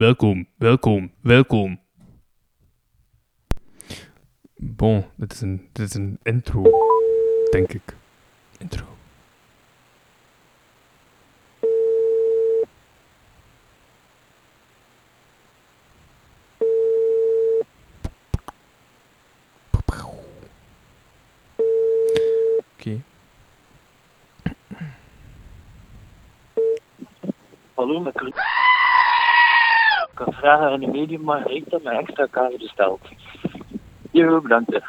Welkom, welkom, welkom. Bon, dit is een intro, denk ik. Intro. Oké. Hallo, met Chris. Ik kan vragen aan de medium, maar ik dat mijn extra kaarten stelt. Jo, bedankt.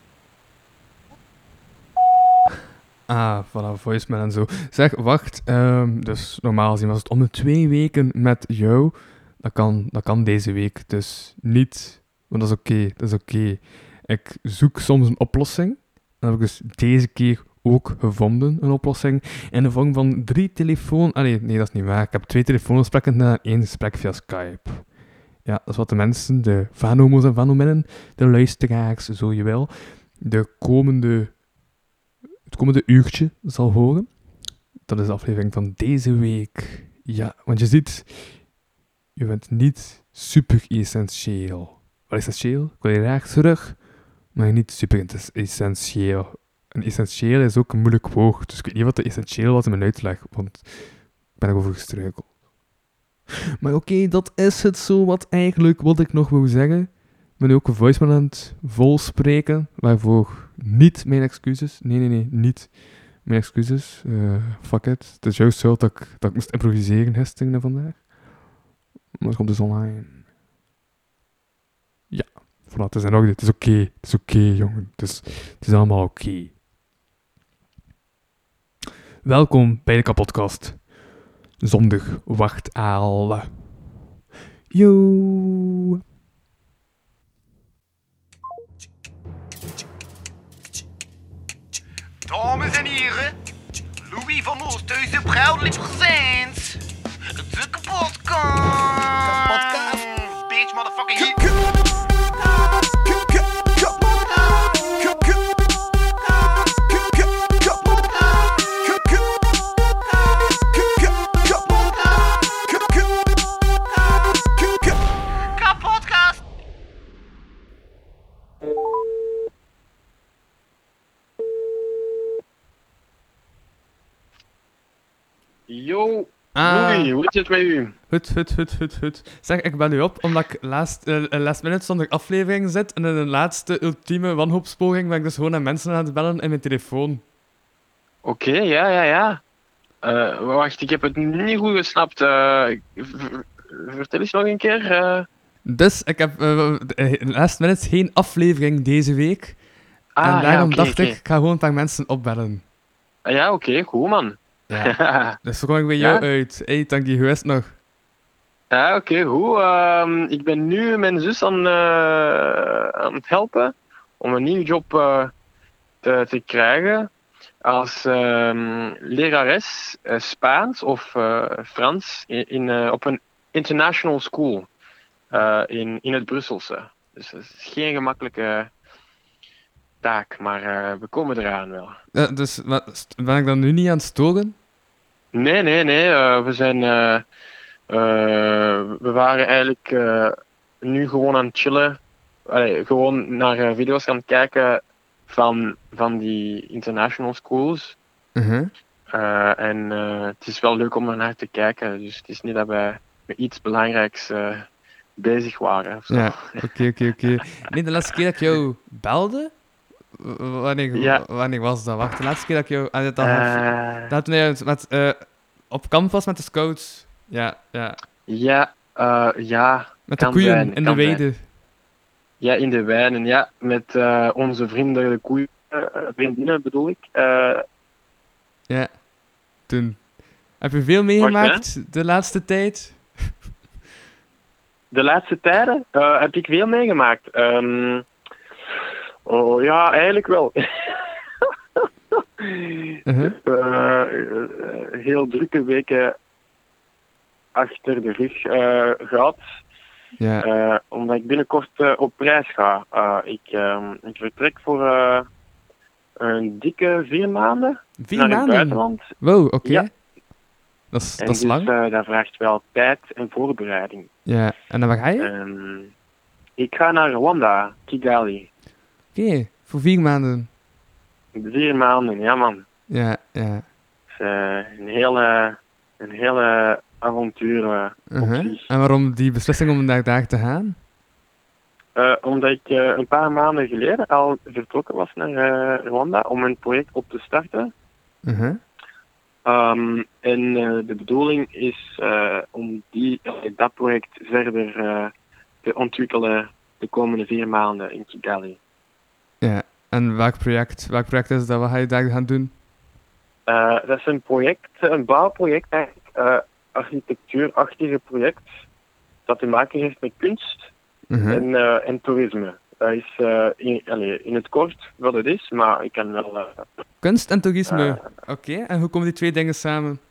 Ah, voilà, voicemail en zo. Zeg, wacht. Dus normaal gezien was het om de 2 weken met jou. Dat kan deze week dus niet. Maar dat is oké, dat is oké. Ik zoek soms een oplossing. Dan heb ik dus deze keer ook gevonden, een oplossing. In de vorm van 3 telefoon... nee, dat is niet waar. Ik heb 2 telefoongesprekken en 1 gesprek via Skype. Ja, dat is wat de mensen, de vanomo's en vanominnen, de luisteraars, zo je wel, het komende uurtje zal horen. Dat is de aflevering van deze week. Ja, want je ziet, je bent niet super essentieel. Wel essentieel, ik wil je graag terug, maar niet super essentieel. En essentieel is ook een moeilijk woord, dus ik weet niet wat de essentieel was in mijn uitleg, want ik ben erover gestruikeld. Maar oké, dat is het zo wat ik nog wil zeggen. Ik ben nu ook een voicemail aan het volspreken, waarvoor niet mijn excuses. Nee, niet mijn excuses. Fuck it. Het is juist zo dat ik moest improviseren gisteren vandaag. Maar het komt dus online. Ja, voilà, het is in orde. Het is oké, jongen. Het is allemaal oké. Welkom bij de kapotkast. Zondag wacht al. Yo. Dames en heren, Louis van Oosthuizen proudly presents de kapotkast. Bitch, motherfucking hit. Kapotkast. Yo, Ah. Louis, hoe is het met u? Goed. Zeg, ik ben nu op, omdat ik last minute zonder aflevering zit. En in de laatste ultieme wanhoopspoging ben ik dus gewoon naar mensen aan het bellen in mijn telefoon. Oké, ja. Wacht, ik heb het niet goed gesnapt. Vertel eens nog een keer. Dus ik heb last minute geen aflevering deze week. En daarom dacht ik ga gewoon een paar mensen opbellen. Ja, oké, goed man. Ja. Dus zo kom ik bij jou uit. Hey, dankie, hoe is het nog? Ja, oké, goed. Ik ben nu mijn zus aan het helpen om een nieuwe job te krijgen als lerares Spaans of Frans op een international school in het Brusselse. Dus dat is geen gemakkelijke taak, maar we komen eraan wel. Dus ben ik dan nu niet aan het storen? Nee. We zijn... we waren eigenlijk nu gewoon aan het chillen. Gewoon naar video's gaan kijken van die international schools. En het is wel leuk om er naar te kijken. Dus het is niet dat wij met iets belangrijks bezig waren. Of zo. Ja, oké. Nee, de laatste keer dat ik jou belde... Wanneer was dat? Wacht, de laatste keer dat ik jou... Dat toen je op kamp was met de scouts. Ja. Ja. Met de Kan koeien zijn, in de kan zijn. weide. Ja, in de wijnen, ja. Met onze vrienden, de koeien, vriendinnen bedoel ik. Ja, toen. Heb je veel meegemaakt de laatste tijd? De laatste tijden heb ik veel meegemaakt. Ja, eigenlijk wel. Heel drukke weken achter de rug gehad. Ja. Omdat ik binnenkort op reis ga. Ik vertrek voor een dikke 4 maanden 4 naar maanden? het buitenland. Wow, oké. Ja. Dat is lang. Dat vraagt wel tijd en voorbereiding. Ja, en dan waar ga je? Ik ga naar Rwanda, Kigali. Oké, voor 4 maanden. 4 maanden, ja man. Ja. Het is een hele avontuur op zich. En waarom die beslissing om daar te gaan? Omdat ik een paar maanden geleden al vertrokken was naar Rwanda om een project op te starten. En de bedoeling is om dat project verder te ontwikkelen de komende 4 maanden in Kigali. Ja, en welk project is dat? Wat ga je daar gaan doen? Dat is een bouwproject eigenlijk, architectuurachtige project, dat te maken heeft met kunst en toerisme. Dat is in het kort wat het is, maar ik kan wel... Kunst en toerisme, oké. En hoe komen die 2 dingen samen?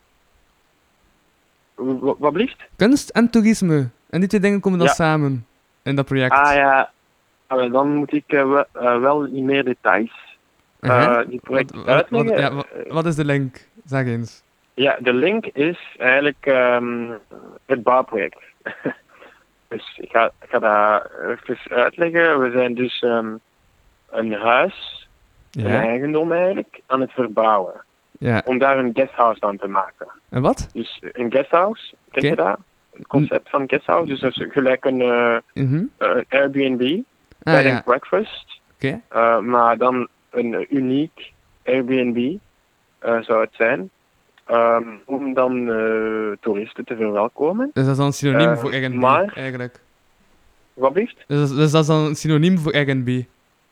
Wat blieft? Kunst en toerisme. En die 2 dingen komen dan samen in dat project. Ah ja, dan moet ik wel in meer details die project uitleggen. Wat is de link? Zeg eens. Ja, de link is eigenlijk het bouwproject. Dus ik ga dat even uitleggen. We zijn dus een huis, een eigendom eigenlijk, aan het verbouwen. Ja. Om daar een guesthouse aan te maken. En wat? Dus een guesthouse, ken je dat? Het concept van guesthouse. Dus dat is gelijk een Airbnb, bed and breakfast. Maar dan een uniek Airbnb zou het zijn. Om dan toeristen te verwelkomen. Dus dat is dan een synoniem voor Airbnb, eigenlijk? Wat blieft? Dus dat is dan een synoniem voor Airbnb?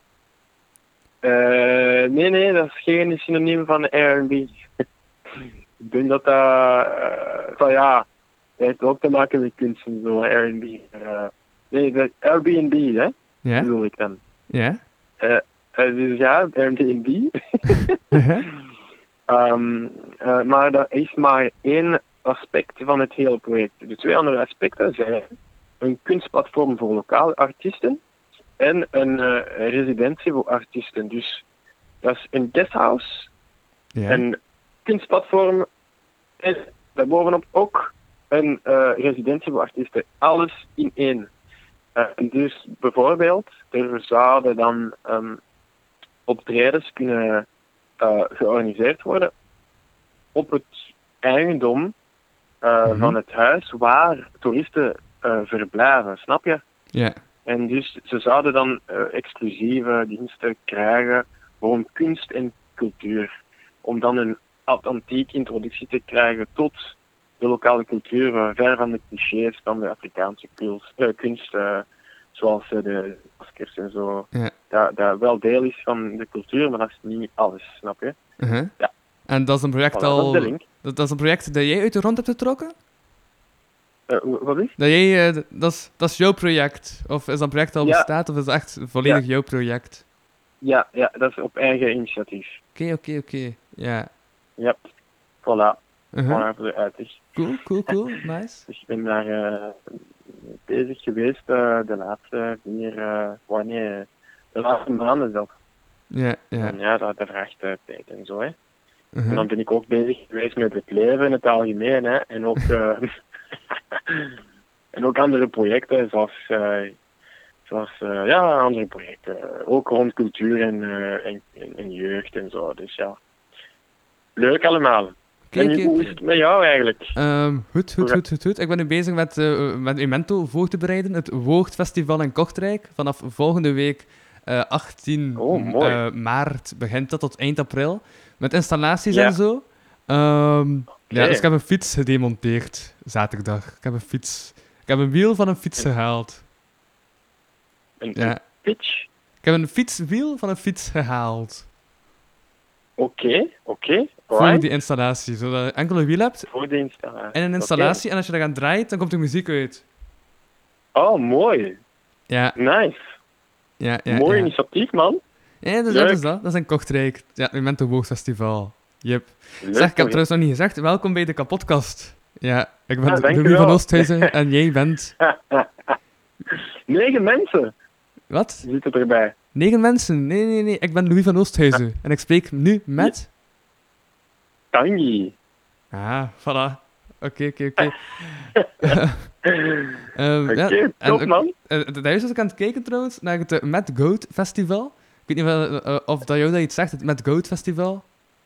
Nee, dat is geen synoniem van Airbnb. Ik denk dat het heeft ook te maken met kunst en zo, Airbnb. Nee, de Airbnb, hè? Ja. Bedoel ik dan. Ja. Dus ja, Airbnb. Maar dat is maar 1 aspect van het hele project. De 2 andere aspecten zijn een kunstplatform voor lokale artiesten en een residentie voor artiesten. Dus dat is een guesthouse, een kunstplatform en daarbovenop ook een residentie voor artiesten. Alles in 1. Dus bijvoorbeeld, er zouden dan optredens kunnen georganiseerd worden op het eigendom van het huis waar toeristen verblijven, snap je? Ja. En dus ze zouden dan exclusieve diensten krijgen voor kunst en cultuur. Om dan een authentieke introductie te krijgen tot de lokale cultuur, ver van de clichés van de Afrikaanse kunst, zoals de maskers en zo. Ja. Dat wel deel is van de cultuur, maar dat is niet alles, snap je? Ja. En dat is een project dat is een project dat jij uit de grond hebt getrokken? Wat is? Dat is jouw project? Of is dat een project al bestaat, of is dat echt volledig jouw project? Ja, dat is op eigen initiatief. Oké. Ja. Ja, voilà. Voilà voor de uitleg. Cool. Nice. Dus ik ben daar bezig geweest de laatste de laatste maanden zelf. Ja. En ja, dat vraagt tijd en zo, hè. En dan ben ik ook bezig geweest met het leven in het algemeen, hè. En ook, en ook andere projecten, zoals andere projecten. Ook rond cultuur en jeugd en zo. Dus ja, leuk allemaal. En hoe is het met jou eigenlijk? Goed. Ik ben nu bezig met Emento voor te bereiden. Het Woordfestival in Kortrijk. Vanaf volgende week 18 maart begint dat tot eind april. Met installaties en zo. Dus ik heb een fiets gedemonteerd zaterdag. Ik heb een wiel van een fiets gehaald. Een fiets? Ik heb een wiel van een fiets gehaald. Oké. Voor die installatie, zodat je enkel een wiel hebt. Voor de installatie. En een installatie, en als je dat gaat draait, dan komt er muziek uit. Oh, mooi. Ja. Nice. Ja. Mooi initiatief, man. Ja, dat is dat. Dat is in Kortrijk. Ja, het Memento Woordfestival. Yep. Zeg, ik heb trouwens nog niet gezegd, welkom bij de kapotkast. Ja, ik ben Louis van Oosthuizen en jij bent... 9 mensen. Wat? Zitten erbij. 9 mensen? Nee. Ik ben Louis van Oosthuizen. En ik spreek nu met... Tanguy. Ah, voilà. Oké. Oké, top man. Daar was ik aan het kijken trouwens, naar het Mad Goat Festival. Ik weet niet of dat jou dat iets zegt, het Mad Goat Festival.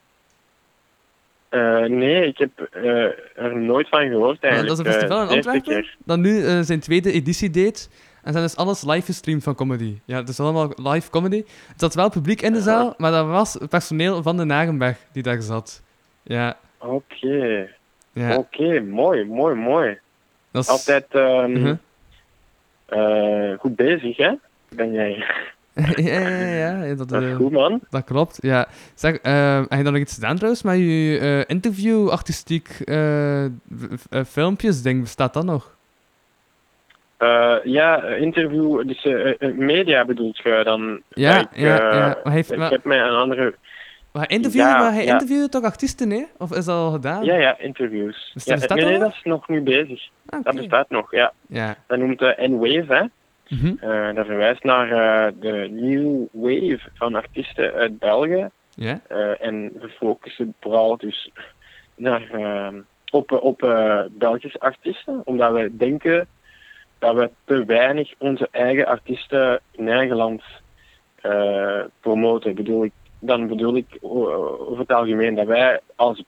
Nee, ik heb er nooit van gehoord eigenlijk. Dat is een festival in de eerste Antwerpen, keer. dat nu zijn tweede editie deed. En dan is alles live gestreamd van comedy. Ja, het is allemaal live comedy. Er zat wel publiek in de zaal, maar dat was het personeel van de Nagenberg die daar zat. Ja. Oké, Ja. mooi. Dat is... Altijd Mhm. goed bezig, hè? Ben jij? ja, Dat is goed, man. dat klopt. Ja. Zeg, heb je dan nog iets gedaan trouwens met je interview, artistiek, filmpjes, ding, bestaat dat nog? Ja, interview, dus media bedoelt je dan? Ja. Maar Ik heb mij een andere... Maar hij ja. interviewde toch artiesten, hè? Of is dat al gedaan? Ja, interviews. Dus Ja, bestaat nee, dat nog? dat is nog nu bezig. Ah, oké. Dat bestaat nog, ja. Ja. Dat noemt N-Wave, hè. Mhm. Dat verwijst naar de new wave van artiesten uit België. Ja. En we focussen vooral dus naar, op Belgische artiesten, omdat we denken dat we te weinig onze eigen artiesten in eigen land promoten. Dan bedoel ik over het algemeen dat wij als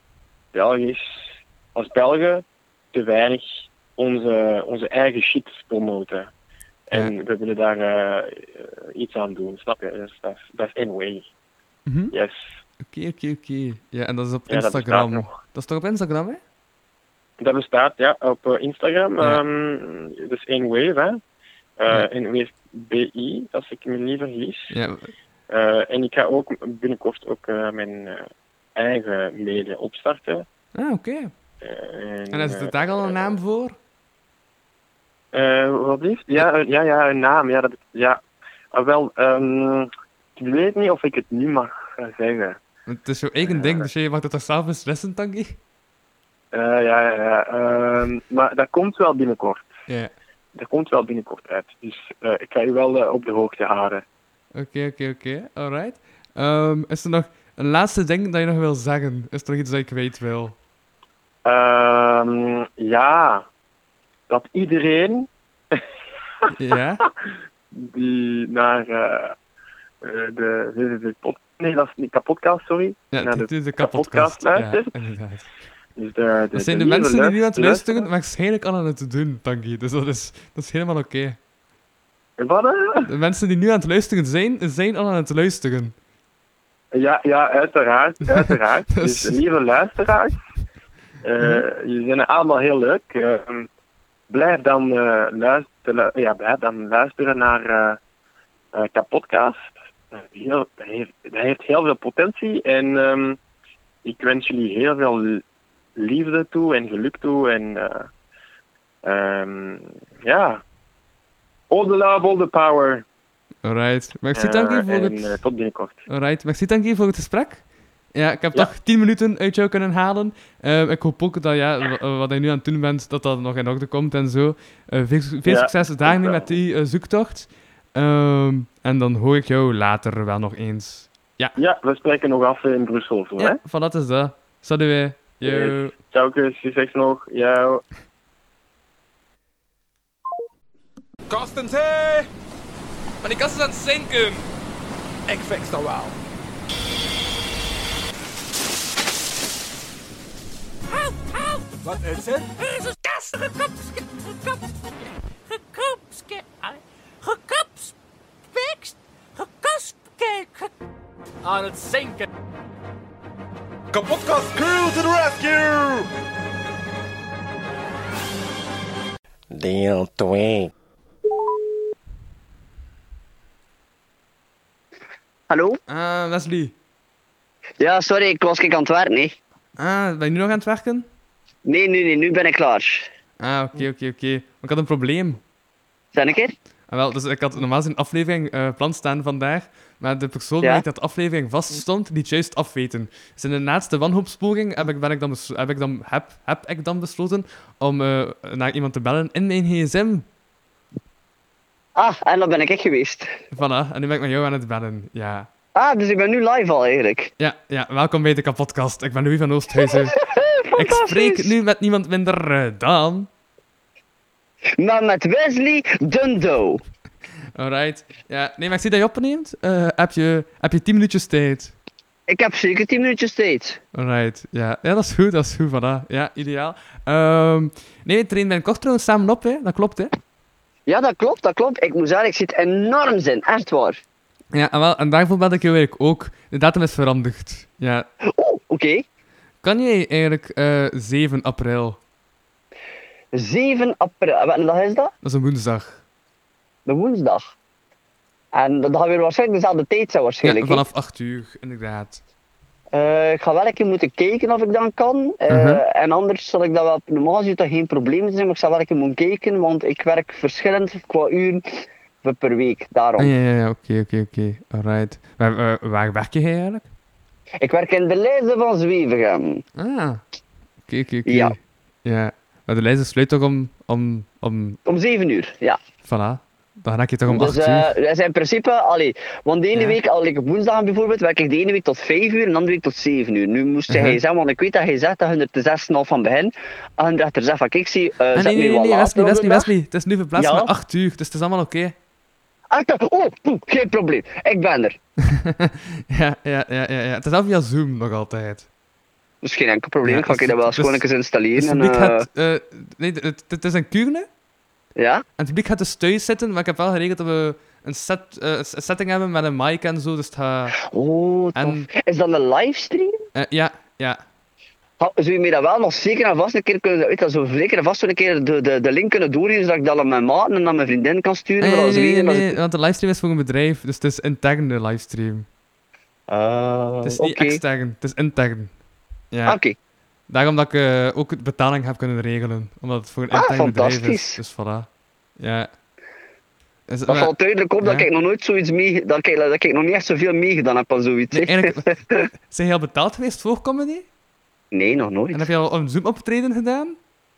Belgen te weinig onze eigen shit promoten. En we willen daar iets aan doen, snap je? Dus dat is N-Way. Mhm. Yes. Oké. Ja, en dat is op Ja, dat bestaat Instagram. nog. Dat is toch op Instagram, hè? Dat bestaat, ja, op Instagram. Ja. Dat is N-Wave, hè. Ja. N-Wave BI, als ik me niet vergis. Ja. En ik ga ook binnenkort ook mijn eigen media opstarten. Ah, oké. En is er daar al een naam voor? Wat liefst? Ja, een naam. Ja. Wel, ik weet niet of ik het nu mag zeggen. Want het is jouw eigen ding, dus je mag het toch zelf beslissen, Tanguy? Ja. Maar dat komt wel binnenkort. Ja. Dat komt wel binnenkort uit. Dus ik ga je wel op de hoogte houden. Oké. Alright. Is er nog een laatste ding dat je nog wil zeggen? Is er nog iets dat ik weet wil? Ja, dat iedereen Ja? die naar de nee, dat is niet kapotkast, sorry. Ja, naar dit is de kapotkast kapotkast. Ja, luistert. inderdaad. Dus Dat zijn de lieve mensen die nu aan het luisteren, luisteraars. waarschijnlijk al aan het doen, Tanguy. Dus dat is helemaal oké. Wat? De mensen die nu aan het luisteren zijn al aan het luisteren. Ja, uiteraard. Dus- Dus lieve luisteraars, jullie zijn allemaal heel leuk. Blijf dan luisteren naar Kapodcast. Dat heeft heel veel potentie en ik wens jullie heel veel liefde toe en geluk toe en all the love, all the power. Alright. Merci, Tanguy, voor het... tot binnenkort. Alright, merci Tanguy voor het gesprek. Ja, ik heb toch 10 minuten uit jou kunnen halen. Ik hoop ook dat wat je nu aan het doen bent, dat dat nog in orde komt en zo. Veel succes daarmee met die zoektocht. En dan hoor ik jou later wel nog eens. Ja, we spreken nog af in Brussel. Zo, hè? Ja, van dat is dat. Salut weer. Yo. Ciao, kus, succes nog. Jou. Kastens, hé! Maar die kast is aan het zinken. Ik fix dat wel. Wat is het? Er is een kast gekapspekst. Aan het zinken. Kapotkast crew to the rescue! Deel 2. Hallo? Wesley. Ja, sorry, ik was aan het werken, hè. Ben je nu nog aan het werken? Nee, nu ben ik klaar. Oké. Ik had een probleem. Zijn ik er? Wel, dus ik had normaal een aflevering plan staan vandaag, maar de persoon Ja? waar ik dat aflevering vast stond, liet juist afweten. Dus in de laatste wanhoopspoging heb ik dan besloten om naar iemand te bellen in mijn gsm. Ah, en dat ben ik echt geweest. Voilà, en nu ben ik met jou aan het bellen, ja. Ah, dus ik ben nu live al eigenlijk. Ja, welkom bij de kapotkast. Ik ben Louis van Oosthuizen. Ik spreek nu met niemand minder dan... Maar met Wesley Dundo. Alright. Ja, nee, maar ik zie dat je opneemt. Heb je 10 minuutjes tijd? Ik heb zeker 10 minuutjes tijd. Alright, ja. Ja, dat is goed, voilà. Ja, ideaal. Nee, we trainen binnenkort trouwens samen op, hè. Dat klopt, hè. Ja, dat klopt. Ik moet zeggen, ik zit enorm in, echt waar. Ja, en daarvoor ben ik jou eigenlijk ook. De datum is veranderd. Ja. Oh, oké. Kan jij eigenlijk 7 april? 7 april, wat dag is dat? Dat is een woensdag. De woensdag. En dat gaat weer waarschijnlijk dezelfde tijd zijn, Ja, waarschijnlijk. vanaf 8 uur, inderdaad. Ik ga wel een keer moeten kijken of ik dan kan. En anders zal ik dat wel, normaal ziet dat geen probleem zijn, maar ik zal wel een keer moeten kijken, want ik werk verschillend qua uren per week, daarom. Ah, ja, oké. Alright. Waar werk je eigenlijk? Ik werk in de Leiden van Zwevegem. Ah, oké. Ja. Ja. Maar de lijst sluit toch om... Om 7 uur, ja. Voilà. Dan raak je toch om Dus 8 uur. dat is in principe, want de ene Ja. week, op woensdag bijvoorbeeld, werk ik de ene week tot 5 uur en de andere week tot 7 uur. Nu moest hij zeggen, want ik weet dat hij zegt dat je er te 6,5 van begin. En dat er zegt van, kijk, zie, zet Nee, me wat later op de dag. Wesley. Het is nu verplaatst Ja? naar 8 uur, dus het is allemaal oké. Geen probleem, ik ben er. Ja. Het is al via Zoom nog altijd. Dus geen enkel probleem, Ja, ik ga dus- dat wel eens dus- gewoon eens installeren. Dus het en, publiek gaat... nee, het is een kuurne. ja? En het publiek gaat dus thuis zitten, maar ik heb wel geregeld dat we een setting hebben met een mic en zo, dus het gaat... Oh, tof. En- Is dat een livestream? Ja. Zou je mij dat wel nog zeker en vast een keer kunnen, weet je, zo zeker en vast een keer de link kunnen doorgeven, zodat ik dat aan mijn maat en aan mijn vriendin kan sturen? zodat ze weten dat Nee, want de livestream is voor een bedrijf, dus het is interne livestream. Het is niet oké. extern, het is intern. Ja. Oké. Daarom dat ik ook de betaling heb kunnen regelen, omdat het voor een intern bedrijf is. fantastisch. Dus voilà. Ja. Dus, Dat valt duidelijk op dat ja. ik nog nooit zoiets mee, dat ik nog niet echt zoveel meegedaan heb aan zoiets. Nee, hè. eigenlijk, zijn je al betaald geweest voor comedy? Nee, nog En nooit. heb je al een Zoom-optreden gedaan?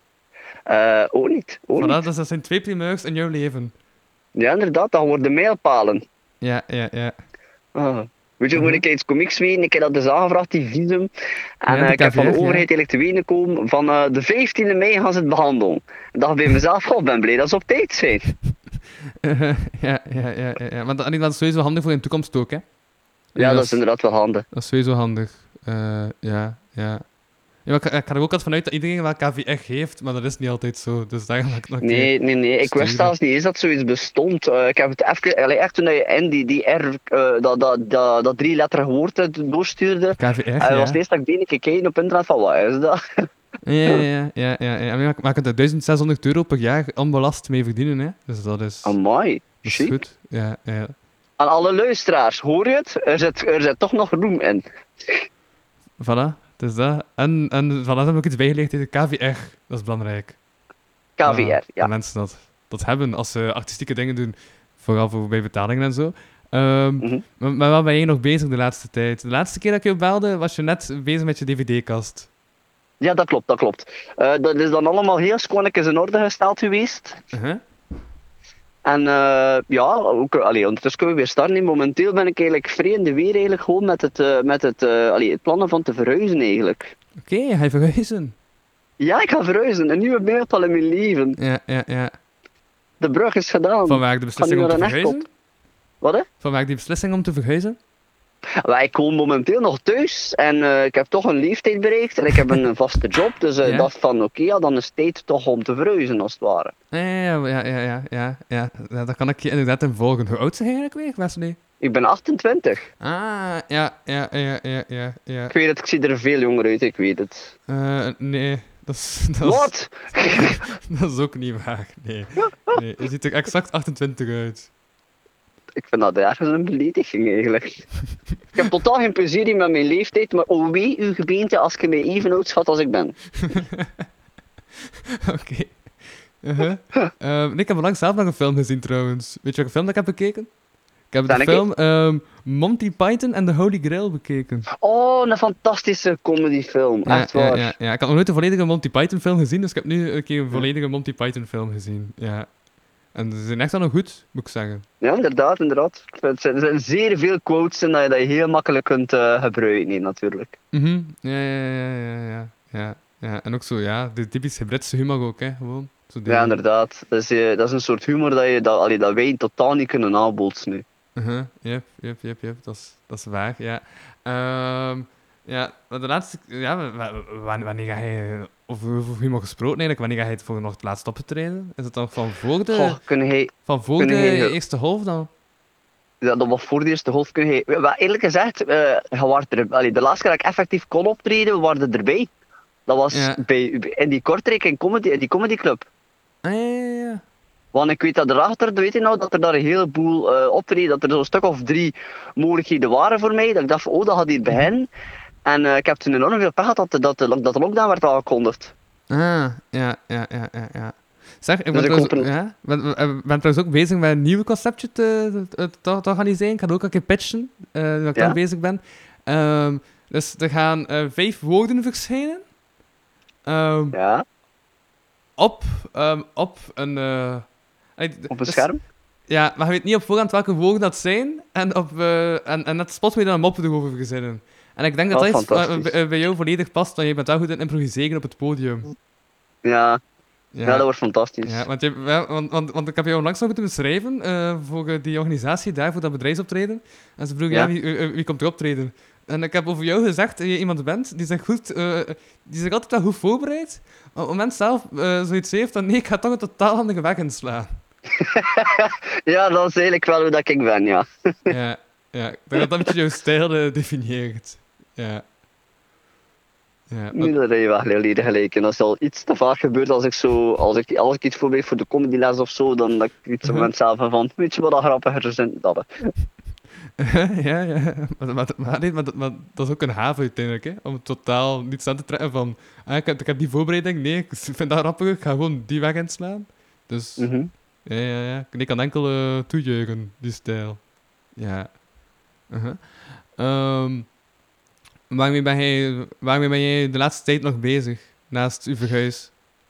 Ook niet. Voilà, dus dat zijn 2 primeurs in jouw leven. Ja, inderdaad, dat worden mijlpalen. Ja. Weet je, gewoon een keer iets comics weten, ik heb dat dus aangevraagd, die visum. En Ja, de ik heb van de KVF, ja. overheid eigenlijk te weten gekomen, van de 15e mei gaan ze het behandelen. Ik dacht bij mezelf, god, ben blij dat ze op tijd zijn. Ja. Maar dat is sowieso handig voor in de toekomst ook, hè? Ja, dat is inderdaad wel handig. Dat is sowieso handig. Ja. Ja, maar ik ga er ook altijd vanuit dat iedereen wel KVF heeft, maar dat is niet altijd zo. Dus daarom dat ik nog Nee. Ik wist sturen. zelfs niet eens dat zoiets bestond. Ik heb het even, echt toen je in die R, dat 3-letterige woord doorstuurde. KVF, Was ja. het eerst dat ik die een keer keek op internet van, wat is dat? Ja. Maar je kunt er €1.600 per jaar onbelast mee verdienen, hè? Dus dat is Amai, chic. goed. Ja. Aan alle luisteraars, hoor je het? Er zit toch nog roem in. Voilà, het is dat. En voilà, dan heb ik iets bijgeleerd tegen KVR. Dat is belangrijk. KVR, Dat ja. mensen dat hebben als ze artistieke dingen doen. Vooral voor bij betalingen en zo. Mhm. Maar waar ben je nog bezig de laatste tijd? De laatste keer dat ik je belde, was je net bezig met je dvd-kast. Ja, dat klopt. Dat is dan allemaal heel schoonlijk in orde gesteld geweest. Uh-huh. En ja, ook, ondertussen kunnen we weer starten. Momenteel ben ik eigenlijk vrij in de weer eigenlijk gewoon met het plannen van te verhuizen eigenlijk. Oké, ga je verhuizen? Ja, ik ga verhuizen. Een nieuwe mijlpaal in mijn leven. Ja. De brug is gedaan. Vanwaar de beslissing om nu te naar een verhuizen? echt Wat hè? Vanwaar die beslissing om te verhuizen? Ik woon momenteel nog thuis en ik heb toch een leeftijd bereikt en ik heb een vaste job. Dus ik Ja. dacht van oké, dan is het tijd toch om te verhuizen als het ware. Ja. Daar kan ik je inderdaad in volgen. Hoe oud zijn je eigenlijk weer, Wesley? Ik ben 28. Ja. Ik weet het, ik zie er veel jonger uit, ik weet het. Nee, dat is Wat? dat is ook niet waar. Nee, je ziet er exact 28 uit. Ik vind dat ergens een belediging eigenlijk. Ik heb totaal geen plezier in met mijn leeftijd, maar oh wee uw gemeente als je mij even oud schat als ik ben. Oké. Ik heb onlangs zelf nog een film gezien trouwens. Weet je welke film dat ik heb bekeken? Ik heb de Ken ik film Monty Python en The Holy Grail bekeken. Oh, een fantastische comedyfilm, echt waar. Ja. Ik had nog nooit een volledige Monty Python film gezien, dus ik heb nu een keer een volledige Monty Python film gezien. Ja. En ze zijn echt wel nog goed, moet ik zeggen. Ja, inderdaad. Ik vind, er zijn zeer veel quotes in dat je heel makkelijk kunt gebruiken, nee, natuurlijk. Mhm. Ja. ja. En ook zo, ja, de typische Britse humor ook, hè, gewoon. Zo Ja, inderdaad. Dat is een soort humor dat wij totaal niet kunnen aanbootsen nu. Yep. Dat is waar, ja. Ja, maar de laatste... Ja, wanneer ga je... Over humor gesproken eigenlijk, wanneer ga je het voor nog het laatst opgetreden? Is het dan van voor de... Eerste golf dan? Ja, dat was voor de eerste golf. Eerlijk gezegd, de laatste keer dat ik effectief kon optreden, we waren erbij. Dat was in die Kortrijk, in die comedyclub. Ja. Want ik weet dat erachter, weet je nou, dat er daar een heleboel optreden, dat er zo'n stuk of 3 mogelijkheden waren voor mij. Dat ik dacht van, dat gaat hier beginnen. En ik heb toen enorm veel pech gehad dat de lockdown werd aangekondigd. Ja. Zeg, ik ben trouwens ook bezig met een nieuw conceptje te organiseren. Ik ga het ook een keer pitchen, dat ik daar bezig ben. Dus er gaan 5 woorden verschijnen. Op een... op een scherm? Ja, maar je weet niet op voorhand welke woorden dat zijn. En net spot moet je dan een mop erover verzinnen. En ik denk dat dat bij jou volledig past, want je bent wel goed in improviseren op het podium. Ja, dat wordt fantastisch. Ja, want ik heb jou onlangs nog moeten beschrijven voor die organisatie daar, voor dat bedrijfsoptreden. En ze vroegen, wie komt er optreden? En ik heb over jou gezegd dat je iemand bent die zich altijd wel goed voorbereidt. Maar op het moment zelf zoiets heeft van, nee, ik ga toch een totaal andere weg inslaan. Ja, dat is eigenlijk wel hoe dat ik ben, ja. Ja, ik denk dat een beetje jouw stijl definieert. Ja. Nu dat je wel leren gelijk. En als al iets te vaak gebeurt, als ik iets voorbereid voor de comedyles of zo, dan dat ik iets op moment zelf van, weet je wat dat grappiger is dan dat. Ja. Maar dat is ook een haven uiteindelijk, hè? Om totaal niets aan te trekken van, ik heb die voorbereiding, nee, ik vind dat grappig, ik ga gewoon die weg inslaan. Dus, ja. Ik kan enkel toejuichen, die stijl. Ja. Waarmee ben jij de laatste tijd nog bezig, naast uw verhuis?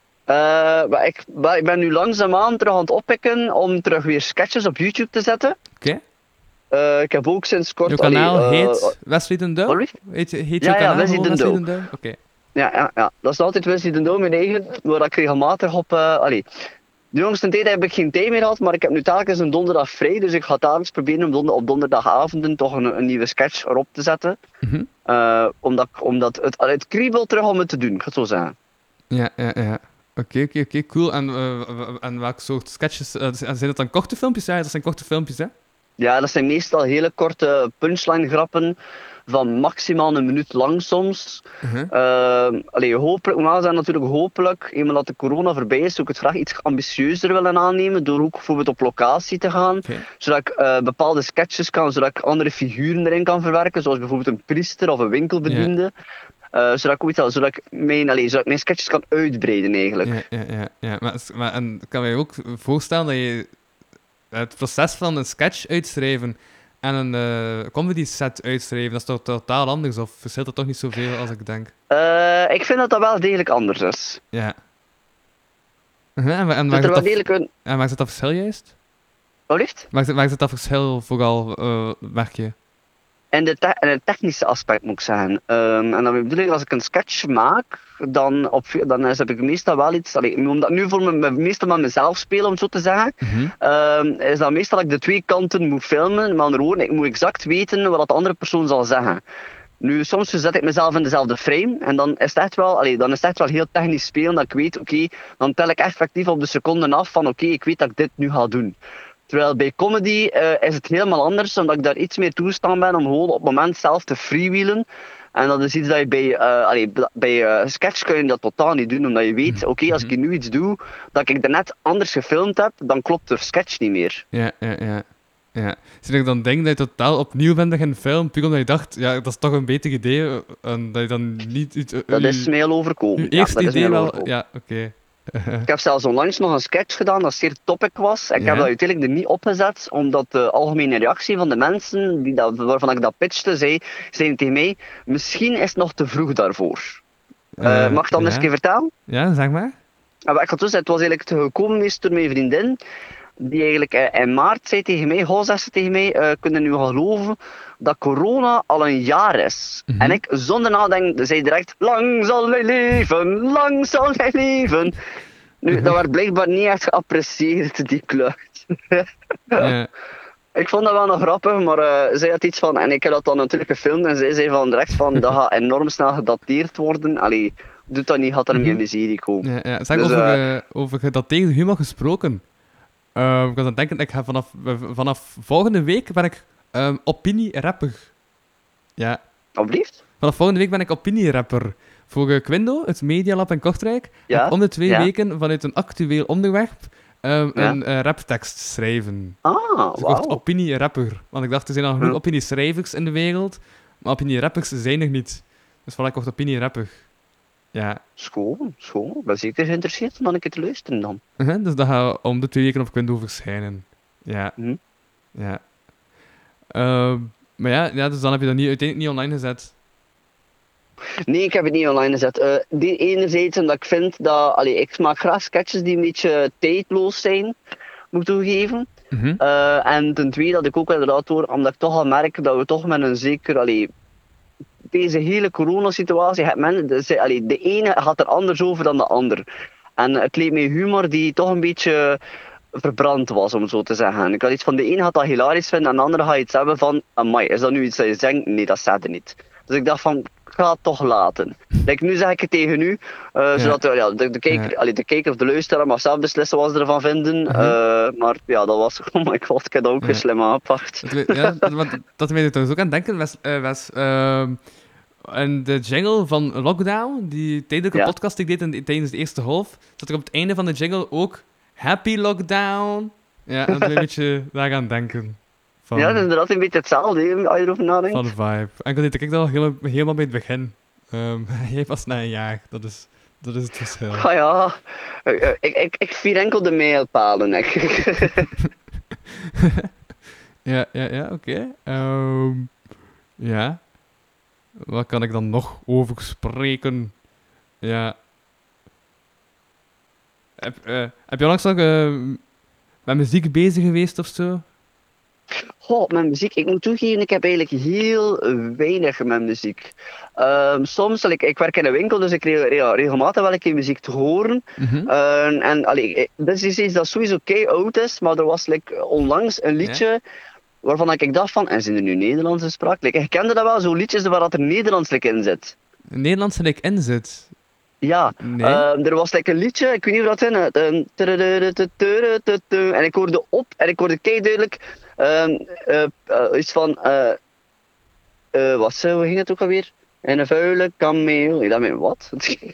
Ik ben nu langzaamaan terug aan het oppikken om terug weer sketches op YouTube te zetten. Oké. Ik heb ook sinds kort... Jouw kanaal heet Wesley Den Douw? Heet jouw kanaal Wesley Den Douw. Oké. Ja. Dat is altijd Wesley Den Douw, mijn eigen, waar ik regelmatig op... De jongste tijd heb ik geen tijd meer gehad, maar ik heb nu telkens een donderdag vrij, dus ik ga telkens proberen om op donderdagavonden toch een nieuwe sketch erop te zetten. Omdat het kriebelt terug om het te doen, ik ga het zo zeggen. Ja. Oké, cool. En welke soort sketches? Zijn dat dan korte filmpjes? Ja, dat zijn korte filmpjes, hè? Ja, dat zijn meestal hele korte punchline grappen van maximaal 1 minuut lang soms. Normaal zijn natuurlijk hopelijk, eenmaal dat de corona voorbij is, zou ik het graag iets ambitieuzer willen aannemen, door ook bijvoorbeeld op locatie te gaan, zodat ik bepaalde sketches kan, zodat ik andere figuren erin kan verwerken, zoals bijvoorbeeld een priester of een winkelbediende. Zodat ik mijn sketches kan uitbreiden eigenlijk. Ja. Maar en kan je ook voorstellen dat je het proces van een sketch uitschrijven en een comedy set uitschrijven, dat is toch totaal anders, of verschilt dat toch niet zoveel als ik denk? Ik vind dat dat wel degelijk anders is. Ja. En waar zit dat verschil juist? Wat liefst? Waar zit dat verschil vooral, merk je? En het technische aspect moet ik zeggen. En dan bedoel ik, als ik een sketch maak, dan heb ik meestal wel iets... omdat nu meestal met mezelf spelen, om het zo te zeggen, is dat meestal dat ik de 2 kanten moet filmen, maar ik moet exact weten wat de andere persoon zal zeggen. Nu, soms zet ik mezelf in dezelfde frame en dan is het echt wel heel technisch spelen, dat ik weet, dan tel ik effectief op de seconden af van ik weet dat ik dit nu ga doen. Terwijl bij comedy is het helemaal anders, omdat ik daar iets meer toestaan ben om gewoon op het moment zelf te freewheelen. En dat is iets dat je bij sketch kun je dat totaal niet doen, omdat je weet, als ik nu iets doe, dat ik net anders gefilmd heb, dan klopt de sketch niet meer. Ja. Zie ik dan denk dat je totaal opnieuw bent in een film, puur omdat je dacht, ja, dat is toch een beter idee, en dat je dan niet... dat is mij al overkomen. Je eerste idee wel... Ja, oké. Ik heb zelfs onlangs nog een sketch gedaan dat zeer topic was. Ik heb dat uiteindelijk er niet opgezet, omdat de algemene reactie van de mensen waarvan ik dat pitchte, zei tegen mij, misschien is het nog te vroeg daarvoor. Mag ik het anders een keer vertellen? Ja, zeg maar. Ik had het was eigenlijk gekomen door mijn vriendin. die eigenlijk in maart zei tegen mij, zegt ze tegen mij, kunnen nu geloven dat corona al een jaar is. En ik, zonder nadenken, zei direct, lang zal hij leven, lang zal hij leven. Nu, dat werd blijkbaar niet echt geapprecieerd, die klucht. Ja. Ik vond dat wel nog grappig, maar zij had iets van, en ik heb dat dan natuurlijk gefilmd, en zij zei van direct van, dat gaat enorm snel gedateerd worden. Allee, doet dat niet, gaat er niet in de serie komen. Ja. Zeg, Dus, over gedateerde humor gesproken. Ik was aan het denken, ik ga vanaf volgende week ben ik opinie-rapper. Ja. Alsjeblieft? Vanaf volgende week ben ik opinie-rapper. Voor Quindo, het Medialab in Kortrijk. Ja? Om de 2 Ja? weken vanuit een actueel onderwerp een raptekst schrijven. Ah, Dus ik word wauw. opinie-rapper. Want ik dacht, er zijn al genoeg opinieschrijvers in de wereld, maar opinie-rappers zijn er niet. Dus voilà, ik word opinie-rapper. Ja. Schoon. Ik ben zeker geïnteresseerd om dan een keer te luisteren dan. Dus dat gaat om de 2 weken op Quindo verschijnen. Ja. Ja. Maar ja, dus dan heb je dat uiteindelijk niet online gezet. Nee, ik heb het niet online gezet. Die enerzijds omdat ik vind dat... Allee, ik maak graag sketches die een beetje tijdloos zijn, moet ik toegeven. En ten tweede dat ik ook inderdaad hoor, omdat ik toch al merk dat we toch met een zeker... Allee, deze hele coronasituatie, de ene gaat er anders over dan de ander. En het leek mij humor die toch een beetje verbrand was, om het zo te zeggen. Ik had iets van, de ene gaat dat hilarisch vinden en de andere gaat iets hebben van, amai, is dat nu iets dat je zegt? Nee, dat staat er niet. Dus ik dacht van, ik ga het toch laten. Like, nu zeg ik het tegen u, zodat de kijker of de luisteraar mag zelf beslissen wat ze ervan vinden. Maar ja, dat was, oh my god, ik heb dat ook weer slim aangepakt. Dat weet ik trouwens ook aan het denken, Wes. En de jingle van Lockdown, die tijdelijke podcast die ik deed tijdens de eerste half, zat er op het einde van de jingle ook Happy Lockdown. Ja, dat is een beetje daar aan denken. Ja, dat is inderdaad een beetje hetzelfde, als je erover nadenkt. Van de vibe. Enkel deed ik dat al helemaal bij het begin. Jij pas na een jaar, dat is het verschil. Ah ja, ik vier enkel de mijlpalen. Ja, oké. Ja. Wat kan ik dan nog over spreken? Ja. Heb je onlangs nog met muziek bezig geweest of zo? Goh, met muziek. Ik moet toegeven, ik heb eigenlijk heel weinig met muziek. Soms, ik werk in een winkel, dus ik regelmatig wel een keer muziek te horen. Dit is iets dat sowieso oud is, maar er was onlangs een liedje waarvan ik dacht van, en zijn er nu Nederlandse spraak? Ik kende dat wel, zo'n liedjes waar er Nederlands in zit. Nederlands in zit? Ja, nee. Er was een liedje, ik weet niet of dat in. En ik hoorde op en ik hoorde keiduidelijk iets van, hoe ging het ook alweer? En een vuile kameel. Ik dacht, wat?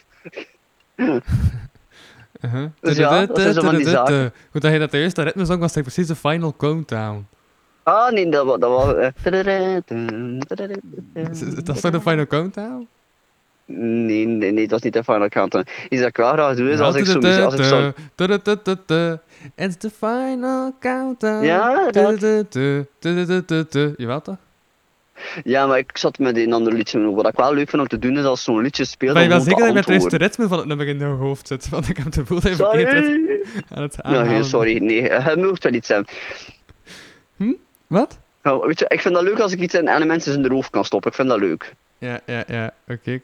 Dus ja, dat is zo van die zaken. Hoe dat je dat juist, dat ritme zong, was dat precies de Final Countdown. Ah, nee, dat was... Dat is toch de Final Countdown? Nee, dat is niet de Final Countdown. Iets dat ik wel graag doe is als ik zo... It's the Final Countdown. Ja, Jawel toch? Ja, maar ik zat met een ander liedje. Wat ik wel leuk vind om te doen is als zo'n liedje speelt. Maar je wel zeker dat je met het juiste ritme van het nummer in je hoofd zit? Want ik heb het gevoel dat je verkeerd aan het aanhalen. Nee, sorry. Nee, het moet wel iets zijn. Wat? Nou, weet je, ik vind dat leuk als ik iets in mensen in de hoofd kan stoppen. Ik vind dat leuk. Ja. Oké.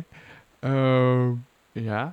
Ja.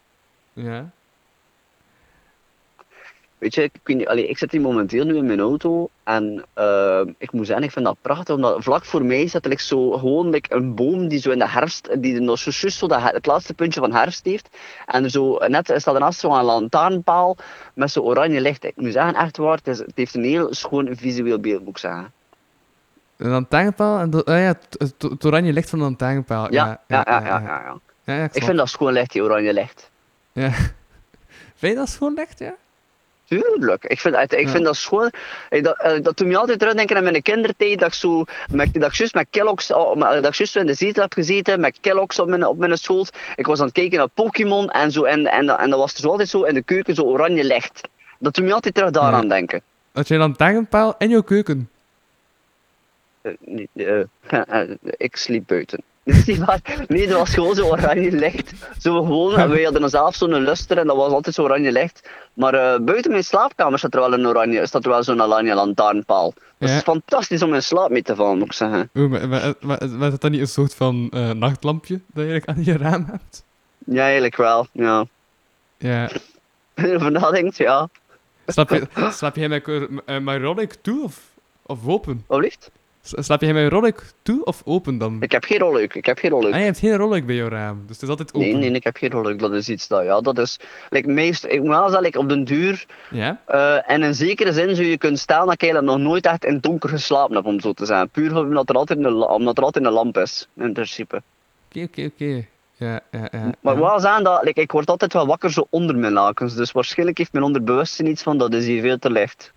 Weet je, ik zit hier momenteel nu in mijn auto en ik moet zeggen, ik vind dat prachtig, omdat vlak voor mij zit zo gewoon een boom die zo in de herfst, die nog zo juist zo het laatste puntje van herfst heeft. En er zo, net staat ernaast zo'n lantaarnpaal met zo'n oranje licht. Ik moet zeggen, echt waar, het heeft een heel schoon visueel beeld, moet ik zeggen. Een lantaarnpaal en het oranje licht van de lantaarnpaal. Ja. Ik vind dat schoon licht, die oranje licht. Ja. Vind je dat schoon licht, ja? Tuurlijk. Ik vind dat schoon. Dat doet me altijd terugdenken aan mijn kindertijd, dat ik juist met Kellogg's, dat ik juist in de zetel heb gezeten, met Kellogg's op mijn schoot. Ik was aan het kijken naar Pokémon en zo, en dat was er zo altijd zo in de keuken, zo oranje licht. Dat doet me altijd terug daaraan denken. Had je een lantaarnpaal in jouw keuken? Ik sliep buiten. Dat is niet waar. Nee, dat was gewoon zo oranje licht. Zo gewoon, en wij hadden zelf zo'n luster en dat was altijd zo oranje licht. Maar buiten mijn slaapkamer staat er wel zo'n oranje lantaarnpaal. Dat is Ja. fantastisch om in slaap mee te vallen, moet ik zeggen. Maar is dat dan niet een soort van nachtlampje dat je eigenlijk aan je raam hebt? Ja, eigenlijk wel, ja. Ja. Over nadenkt, ja. Slaap jij met Rollick toe of open? Wat liefst? Slaap jij met Rollick toe of open dan? Ik heb geen rolluik, Ah, je hebt geen Rollick bij jouw raam, dus het is altijd open. Nee, ik heb geen rolluik. Dat is iets dat, ja, dat is... ik moet wel zeggen, op den duur... Ja? En in zekere zin zou je kunnen stellen dat ik eigenlijk nog nooit echt in het donker geslapen heb, om zo te zijn. Puur omdat er altijd een lamp is, in principe. Oké. Ja. Maar ik wil wel zeggen dat ik word altijd wel wakker zo onder mijn lakens. Dus waarschijnlijk heeft mijn onderbewustzijn iets van dat is hier veel te licht.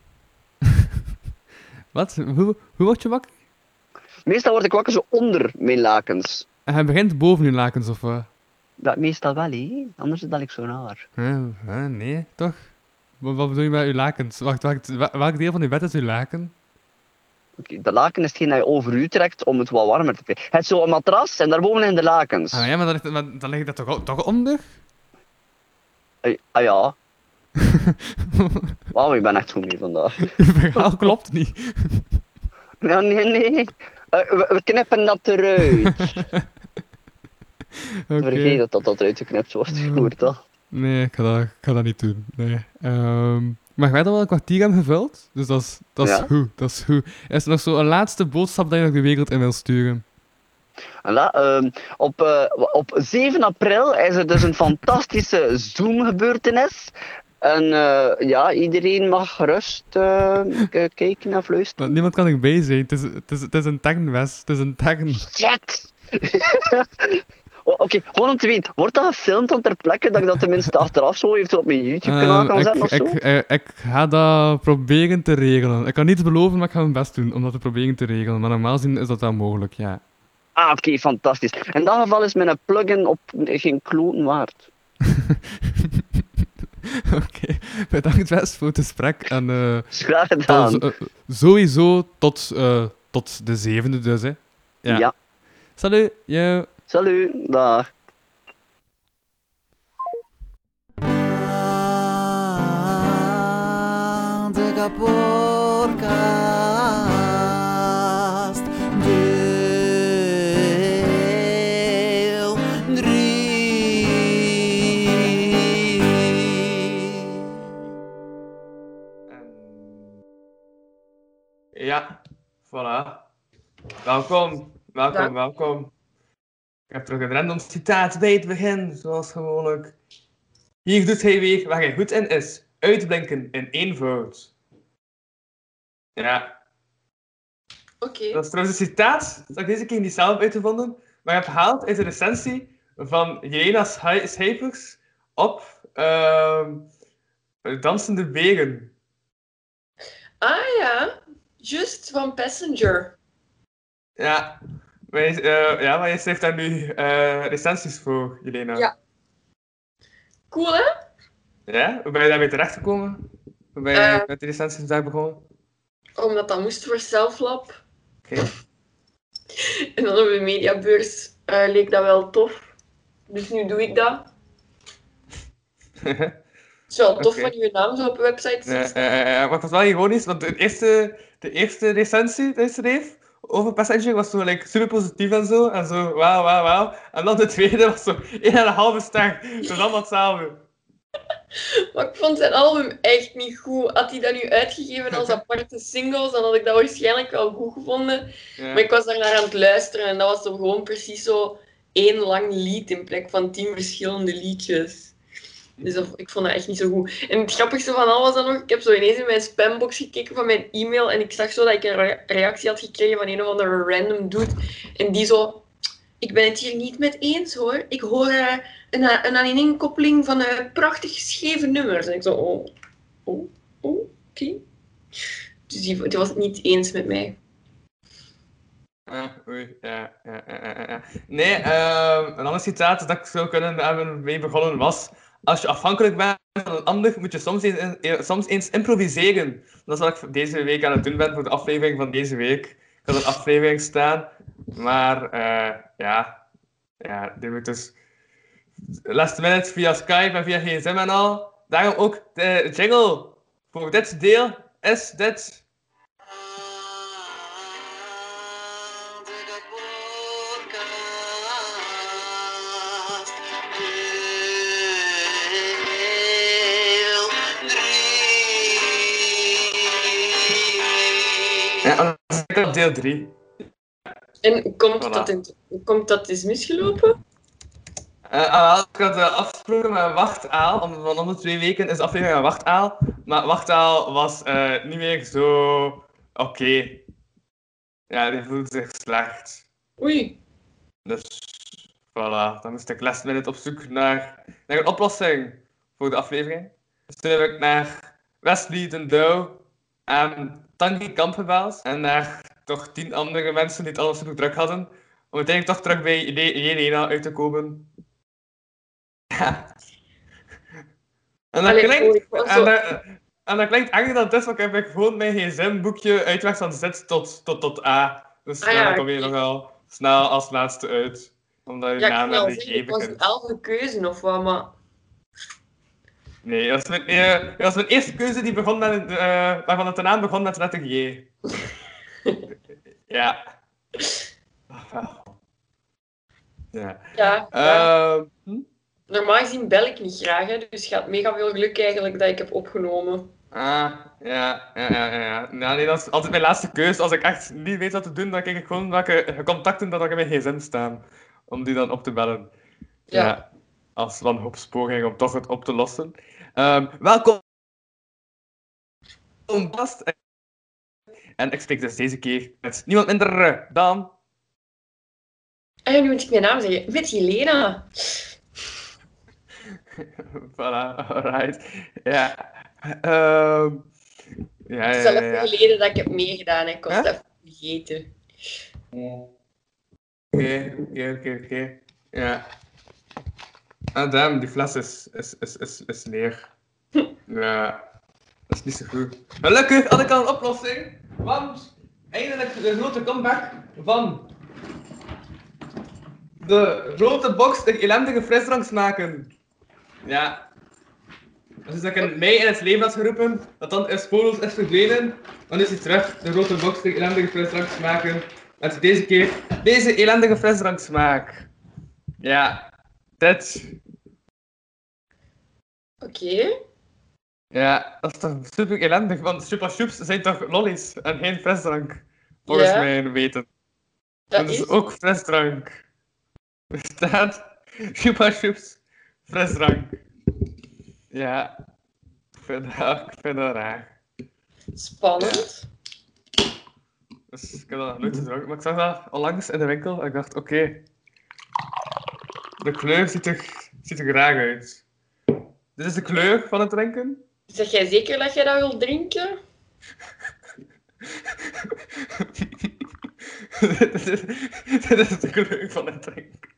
Wat? Hoe word je wakker? Meestal word ik wakker zo onder mijn lakens. En hij begint boven je lakens, of wat? Dat meestal wel, hè. Anders is dat ik zo naar. Nee, toch? Wat bedoel je met je lakens? Wacht, welk deel van je bed is je laken? Oké, de laken is hetgeen dat je over u trekt om het wat warmer te krijgen. Het is zo een matras en daarboven in de lakens. Ah ja, maar dan ligt dat toch onder? Ja. Wauw, ik ben echt goed mee vandaag. Je verhaal klopt niet. Ja, nee. We knippen dat eruit. Oké. Vergeet dat eruit geknipt wordt. Goed, toch? Nee, ik ga dat niet doen. Nee. Maar wij hebben wel een kwartier hebben gevuld, dus dat is Ja. goed. Dat is goed. Is er nog zo een laatste boodschap dat je nog de wereld in wil sturen? Op 7 april is er dus een fantastische Zoom-gebeurtenis. En ja, iedereen mag gerust kijken en fluisteren. Want niemand kan erbij zijn. Het is een taggen, Wes. Het is een taggen. Shit! Oké, gewoon om te weten, wordt dat gefilmd dan ter plekke dat ik dat tenminste achteraf zo eventueel op mijn YouTube-kanaal kan zetten of zo? Ik ga dat proberen te regelen. Ik kan niets beloven, maar ik ga mijn best doen om dat te proberen te regelen. Maar normaal gezien is dat wel mogelijk, ja. Ah, oké, fantastisch. In dat geval is mijn plugin op geen kloten waard. Oké, bedankt Wes voor het gesprek. En Graag gedaan. sowieso tot de 7e dus, hè. Ja. Salut, yo. Salut, dag. De kapotkast. Deel 3. Ja, voilà. Welkom. Ik heb terug een random citaat bij het begin, zoals gewoonlijk. Hier doet hij weer waar hij goed in is. Uitblinken in eenvoud. Ja. Oké. Dat is trouwens een citaat dat ik deze keer niet zelf uitgevonden, maar ik heb gehaald uit de recensie van Jelena Schijpers op Dansende Beren. Ah ja, juist van Passenger. Ja. Maar je schrijft daar nu recensies voor, Jelena. Ja. Cool, hè? Ja? Hoe ben je daarmee terechtgekomen? Hoe ben je met die recensies daar begonnen? Omdat dat moest voor Selflab. Oké. En dan op de mediabeurs leek dat wel tof. Dus nu doe ik dat. Het is wel tof Oké. van je naam zo op een website te staan. Maar het was wel ironisch, want de eerste recensie die hij schreef over Passenger was zo super positief en zo wauw. En dan de tweede was zo 1,5 ster. Dat is allemaal hetzelfde. Maar ik vond zijn album echt niet goed. Had hij dat nu uitgegeven als aparte singles, dan had ik dat waarschijnlijk wel goed gevonden. Ja. Maar ik was daar naar aan het luisteren en dat was zo gewoon precies zo 1 lang lied in plek van 10 verschillende liedjes. Dus ik vond dat echt niet zo goed. En het grappigste van al was dan nog, ik heb zo ineens in mijn spambox gekeken van mijn e-mail en ik zag zo dat ik een reactie had gekregen van een of andere random dude. En die zo, ik ben het hier niet met eens hoor. Ik hoor een aaneenkoppeling van prachtig geschreven nummers. En ik zo, oké. Dus die was het niet eens met mij. Oei, ja. Nee, een ander citaat dat ik zou kunnen hebben mee begonnen was: als je afhankelijk bent van een ander, moet je soms eens improviseren. Dat is wat ik deze week aan het doen ben voor de aflevering van deze week. Ik had een aflevering staan, maar ja, Ja, die moet dus last minute via Skype en via gsm en al. Daarom ook de jingle voor dit deel is dit. Ja, dan is het op deel 3. En hoe komt dat is misgelopen? Ik had afgesproken met Wachtaal, van om de 2 weken is de aflevering met Wachtaal. Maar Wachtaal was niet meer zo oké. Ja, die voelde zich slecht. Oei. Dus, voilà. Dan moest ik last minute op zoek naar een oplossing voor de aflevering. Dus toen heb ik naar Wesley den Douw en Tanguy Kamp gebeld. En naar toch 10 andere mensen die het allemaal super druk hadden. Om uiteindelijk toch terug bij Jelena uit te komen. Ja. En dat klinkt erger dan het is, want ik heb gewoon mijn gsm-boekje uitweg van Z tot A. Dus dan kom je nogal snel als laatste uit. Omdat je naam en de G was een 11e keuze of wat, maar... Nee, dat was mijn eerste keuze die begon met waarvan het de naam begon met letter J. Ja. Ja. Normaal gezien bel ik niet graag, hè, dus het gaat mega veel geluk eigenlijk dat ik heb opgenomen. Ja. Nee, dat is altijd mijn laatste keuze. Als ik echt niet weet wat te doen, dan kijk ik gewoon welke contacten dat ik in mijn gsm staan. Om die dan op te bellen. Ja. Als wanhoopspoging om toch het op te lossen. Welkom, gast. En ik spreek dus deze keer met niemand minder dan... En nu moet ik mijn naam zeggen. Met Jelena. Voilà, alright. Ja. Het is al even geleden dat ik heb meegedaan. Ik was het even vergeten. Oké. Ja. Damn, die fles is leeg. Ja. Dat is niet zo goed. Gelukkig had ik al een oplossing. Want eindelijk de grote comeback van de grote box de ellendige frisdranks maken. Ja. Dus dat ik in mei in het leven had geroepen, dat dan spoorloos is verdwenen. Dan is hij terug, de grote box de ellendige frisdranks maken. Met deze keer deze ellendige frisdranksmaak. Ja. Dit. Oké. Ja, dat is toch super ellendig, want Chupa Chups zijn toch lollies en geen frisdrank. Volgens mijn weten. Dat is ook frisdrank. Er staat Chupa Chups frisdrank. Ja, ik vind dat raar. Spannend. Ja. Dus ik heb dat nog nooit gedronken, maar ik zag dat onlangs in de winkel en ik dacht, oké. De kleur ziet er graag uit. Dit is de kleur van het drinken. Zeg jij zeker dat jij dat wilt drinken? Dit is de kleur van het drinken.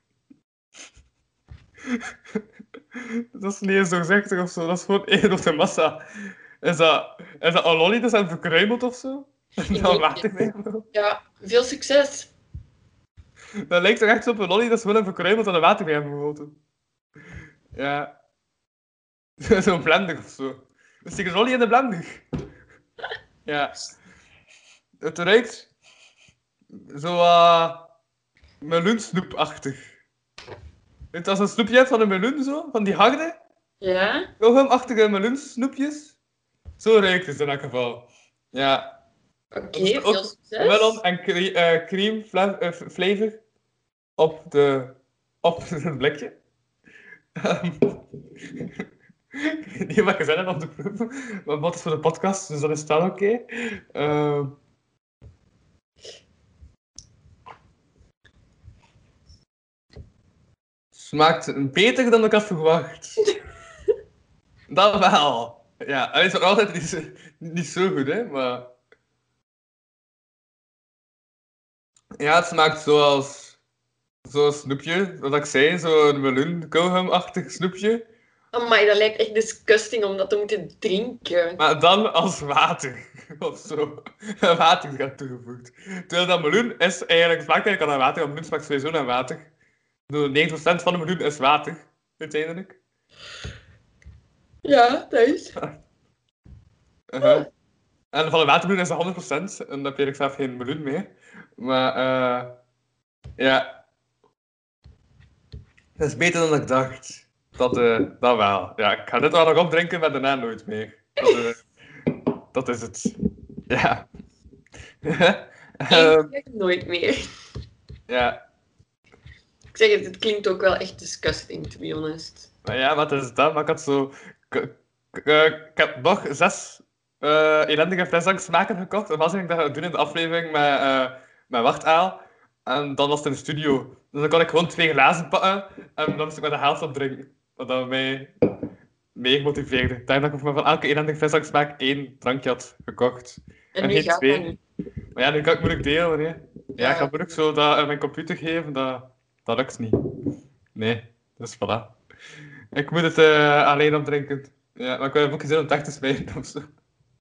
Dat is niet eens doorzichtig of zo, dat is gewoon één grote massa. Is dat een lolly dat zijn verkruimeld of zo? Ja, veel succes. Dat lijkt toch echt op een lolly dat is gewoon een verkruimeld aan de water bij hebben gegoten. Ja. Zo'n blender of zo. Dus die lolly in de blender. Ja. Het ruikt zo meloensnoepachtig. Weet je, als een snoepje hebt van een meloen zo, van die harde. Ja. Gauwgumachtige meloensnoepjes. Zo ruikt het in elk geval. Ja. Oké, veel succes. Melon en cream flavor op het blikje. Ik weet niet wat ik zin heb om te proeven, maar wat is voor de podcast, dus dat is dan oké. Smaakt beter dan ik had verwacht. Dat wel. Ja, het is nog altijd niet zo goed, hè, maar... Ja, het smaakt zoals zo'n snoepje, wat ik zei, zo'n meloen, kauwgumachtig snoepje. Amai, dat lijkt echt disgusting om dat te moeten drinken. Maar dan als water, of zo. Water gaat toegevoegd. Terwijl dat meloen is eigenlijk, smaakt eigenlijk al naar water, want meloen smaakt sowieso naar water. 90% van de meloen is water, uiteindelijk. Ja, dat is. En van de watermeloen is het 100%. En dan heb je zelf geen meloen meer. Maar, ja. Het is beter dan ik dacht. Dat wel. Ja, ik ga dit wel nog opdrinken, maar daarna nooit meer. Dat is het. Ja. Nooit meer. Ja. Ik zeg het, het klinkt ook wel echt disgusting, to be honest. Maar ja, wat is dat? Maar ik had zo... Ik heb nog 6 ellendige frisdranksmaken gekocht. En was ik dat doen in de aflevering met wachtaal. En dan was het in de studio. Dus dan kon ik gewoon 2 glazen pakken. En dan moest ik met de helft opdrinken. Wat dat mij gemotiveerde. Ik dacht dat ik van elke ellendige frisdranksmaak 1 drankje had gekocht. En nu geen gaat 2. dat niet. Maar ja, nu kan ik moeilijk delen. Hè. Ja, ik ga moeilijk zo dat aan mijn computer geven. Dat lukt niet. Nee, dus voilà. Ik moet het alleen opdrinken. Ja, maar ik heb ook gezien om het echt te smijten of zo.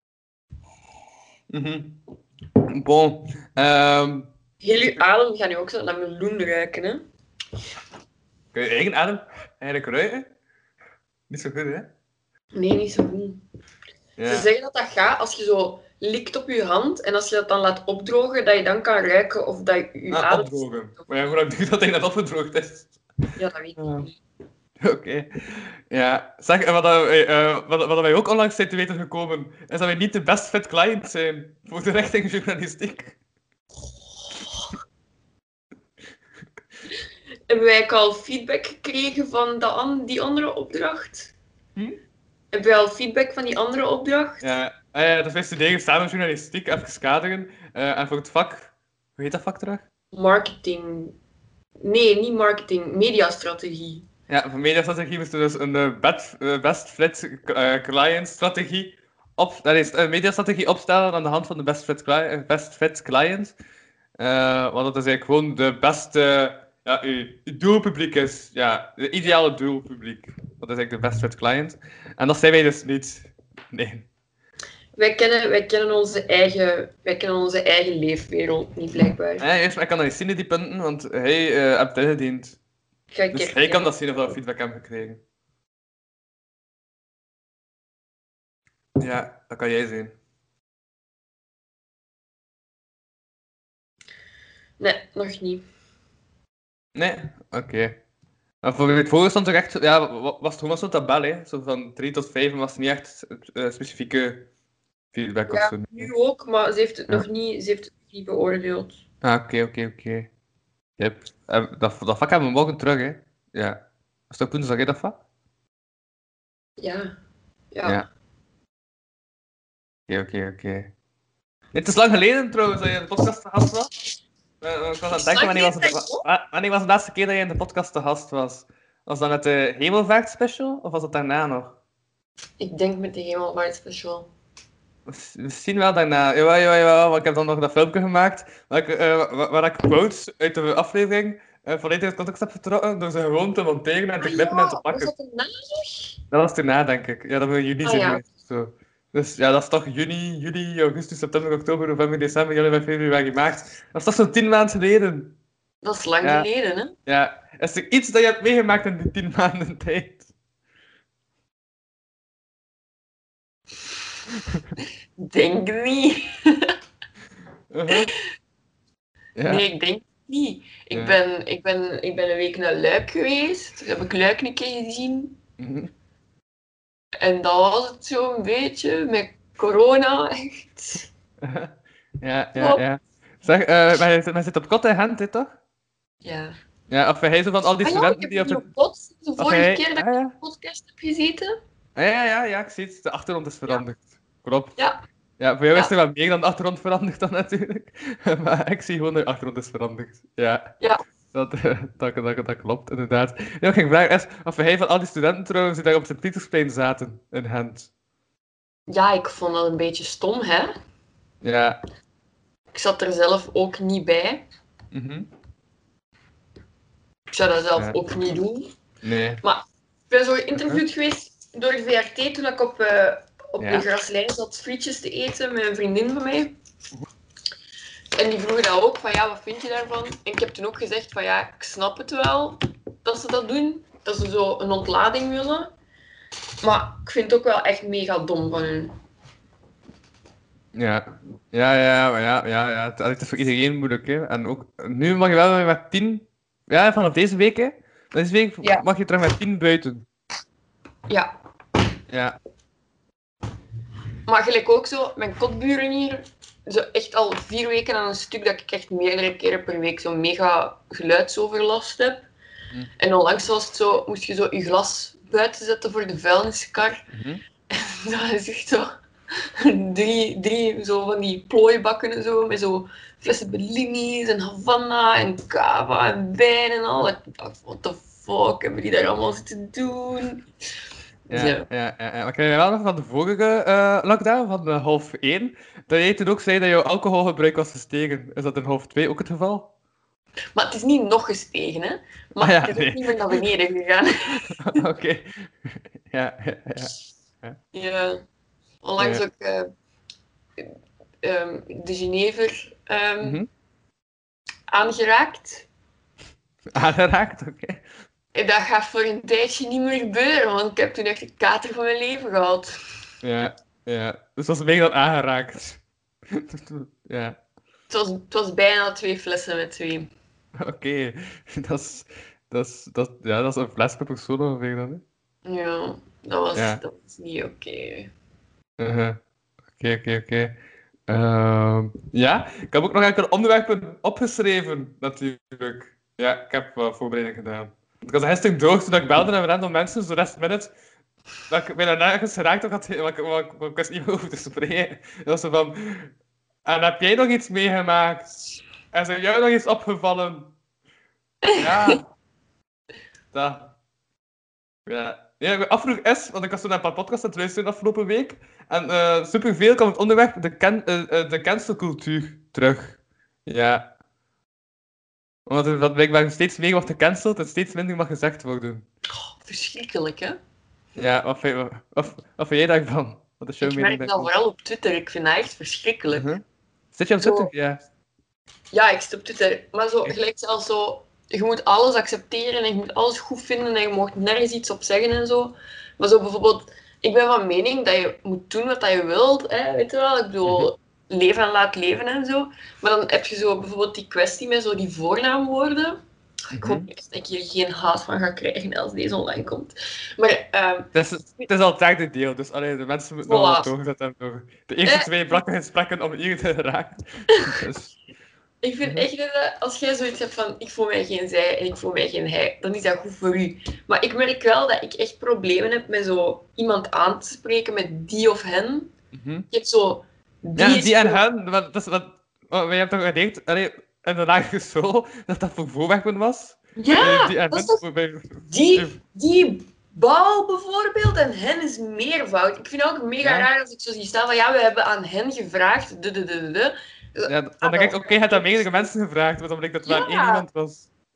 Bon. Heel je adem gaat nu ook zo naar meloen ruiken, hè? Kun je eigen adem eigenlijk ruiken? Niet zo goed, hè? Nee, niet zo goed. Ja. Ze zeggen dat dat gaat als je zo likt op je hand en als je dat dan laat opdrogen, dat je dan kan ruiken of dat je adem... Opdrogen. Maar ja, hoe lang duurt dat hij net opgedroogd is? Ja, dat weet ik niet. Oké. Ja. Zeg, wat wij ook onlangs zijn te weten gekomen, is dat wij niet de best fit client zijn voor de richting journalistiek. Hebben wij al feedback gekregen van die andere opdracht? Hebben wij al feedback van die andere opdracht? Ja, dus wij studeren samen journalistiek, even kaderen. En voor het vak, hoe heet dat vak terug? Marketing. Nee, niet marketing. Mediastrategie. Ja, voor mediastrategie moesten we dus een best fit client strategie mediastrategie opstellen aan de hand van de best fit client. Want dat is eigenlijk gewoon de beste... Ja, uw doelpubliek is... Ja, de ideale doelpubliek. Dat is eigenlijk de best fit client. En dat zijn wij dus niet. Nee. Wij kennen onze eigen leefwereld niet, blijkbaar. Ja, eerst, maar ik kan dat niet zien in die punten, want hij heeft het ingediend. Dus hij kan dat zien of we feedback hebben gekregen. Ja, dat kan jij zien. Nee, nog niet. Nee? Oké. Maar voor het vorige stond er echt... Ja, was het gewoon zo'n tabel, hè? Zo van 3 tot 5 was het niet echt specifieke feedback of zo. Ja, nu ook, maar ze heeft het nog niet beoordeeld. Ah, oké. Yep. Dat vak hebben we morgen terug, hè? Ja. Was het ook woensdag, hè, dat vak? Ja. Oké. Het is lang geleden, trouwens, dat je in de podcast te gast was. Ik was aan het denken, wanneer was de laatste keer dat je in de podcast te gast was? Was dat met de Hemelvaart special, of was dat daarna nog? Ik denk met de Hemelvaart special. Misschien wel daarna. Jawel, want ik heb dan nog dat filmpje gemaakt waar ik quotes uit de aflevering volledig uit context heb vertrokken door ze gewoon te monteren en te knippen en te plakken. Was dat daarna nog? Dat was daarna, denk ik. Ja, dat we in juni zijn ja. geweest. Zo. Dus ja, dat is toch juli, augustus, september, oktober, november, december, januari, februari, maart. Dat is toch zo'n 10 maanden geleden? Dat is lang geleden, hè? Ja. Is er iets dat je hebt meegemaakt in die 10 maanden tijd? Denk niet. Ja. Nee, ik denk niet. Ik ben een week naar Luik geweest. Toen heb ik Luik een keer gezien. En dat was het zo'n beetje met corona, echt. Ja. Zeg, maar zit op kot in Gent, hè, toch? Ja. Ja, of hij zo van al die studenten die op de pot. De vorige keer dat ik in de podcast heb gezeten. Ja, ik zie het. De achtergrond is veranderd. Klopt. Ja, voor jou is er wel meer dan de achtergrond veranderd dan natuurlijk. Maar ik zie gewoon dat de achtergrond is veranderd. Ja. Dat klopt, inderdaad. Ja, ik ging vragen of hij van al die studenten trouwens die daar op het Pietersplein zaten in Gent. Ja, ik vond dat een beetje stom, hè? Ja. Ik zat er zelf ook niet bij. Ik zou dat zelf ook niet doen. Nee. Maar ik ben zo geïnterviewd geweest door de VRT toen ik op de graslijn zat frietjes te eten met een vriendin van mij. En die vroegen dat ook, van ja, wat vind je daarvan? En ik heb toen ook gezegd van ja, ik snap het wel. dat ze dat doen. Dat ze zo een ontlading willen. Maar ik vind het ook wel echt mega dom van hun. Ja. Ja. Het is voor iedereen moeilijk, hè. En ook, nu mag je wel weer met 10... Ja, vanaf deze week, hè. Deze week Ja. mag je terug met 10 buiten. Ja. Ja. Maar gelijk ook zo, mijn kotburen hier, zo echt al 4 weken aan een stuk dat ik echt meerdere keren per week zo'n mega geluidsoverlast heb. En onlangs was het zo, moest je zo je glas buiten zetten voor de vuilniskar. Dat is echt zo drie zo van die plooibakken en zo, met zo flessen Bellinis en Havana en cava en wijn en al. Ik dacht, what the fuck, hebben die daar allemaal zitten doen? Ja. Maar ik herinner me wel nog van de vorige lockdown, van de half 1, dat jij toen ook zei dat jouw alcoholgebruik was gestegen. Is dat in half 2 ook het geval? Maar het is niet nog gestegen, hè? Maar het is ook niet meer naar beneden gegaan. Oké. Ja. Ja. Onlangs ook de Genever aangeraakt. Aangeraakt, oké. En dat gaat voor een tijdje niet meer gebeuren, want ik heb toen echt de kater van mijn leven gehad. Ja. Dus dat is meer dan aangeraakt. Ja. Het was bijna 2 flessen met 2. Oké. Dat is een fles per persoon ongeveer dan, hè? Ja, dat was niet oké. Oké. Ja, ik heb ook nog enkele onderwerpen opgeschreven, natuurlijk. Ja, ik heb voorbereiding gedaan. Ik was gisteren droog toen ik belde naar random mensen, zo last minute, dat ik bijna nergens geraakt had, maar ik wist niet meer over te spreken. Dat was zo van... En heb jij nog iets meegemaakt? Is er jou nog iets opgevallen? Ja. Dat. Ja. Ja, mijn afvraag is, want ik was toen naar een paar podcasts aan het luisteren afgelopen week, en superveel kwam het onderwerp de cancelcultuur terug. Ja. Omdat er blijkbaar steeds meer wordt gecanceld en steeds minder mag gezegd worden. Oh, verschrikkelijk, hè? Ja, wat vind jij daarvan? Wat is jouw Ik mening merk dat vooral op Twitter. Ik vind dat echt verschrikkelijk. Zit je op Twitter? Ja. Ja, ik zit op Twitter. Maar zo, gelijk zelfs zo... Je moet alles accepteren en je moet alles goed vinden en je mag nergens iets op zeggen en zo. Maar zo bijvoorbeeld... Ik ben van mening dat je moet doen wat je wilt, hè, weet je wel? Ik bedoel, leven en laat leven en zo. Maar dan heb je zo bijvoorbeeld die kwestie met zo die voornaamwoorden. Ik hoop echt dat ik hier geen haat van ga krijgen als deze online komt. Maar... Het is al het derde deel, dus de mensen moeten nog wat doorgezet hebben door de eerste 2 brakke gesprekken om hier te raken. Dus... Ik vind echt dat als jij zoiets hebt van ik voel mij geen zij en ik voel mij geen hij, dan is dat goed voor u. Maar ik merk wel dat ik echt problemen heb met zo iemand aan te spreken met die of hen. Je hebt zo... Die en hen, wij hebben toch geleerd in de lagere school dat voor voorwerpen was? Ja, dat is toch... Die bouw bijvoorbeeld en hen is meervoud. Ik vind het ook mega raar als ik zo zie staan van ja, we hebben aan hen gevraagd, Ja, dan denk ik, oké, je hebt aan meerdere mensen gevraagd, maar dan bleek dat het maar 1 iemand was.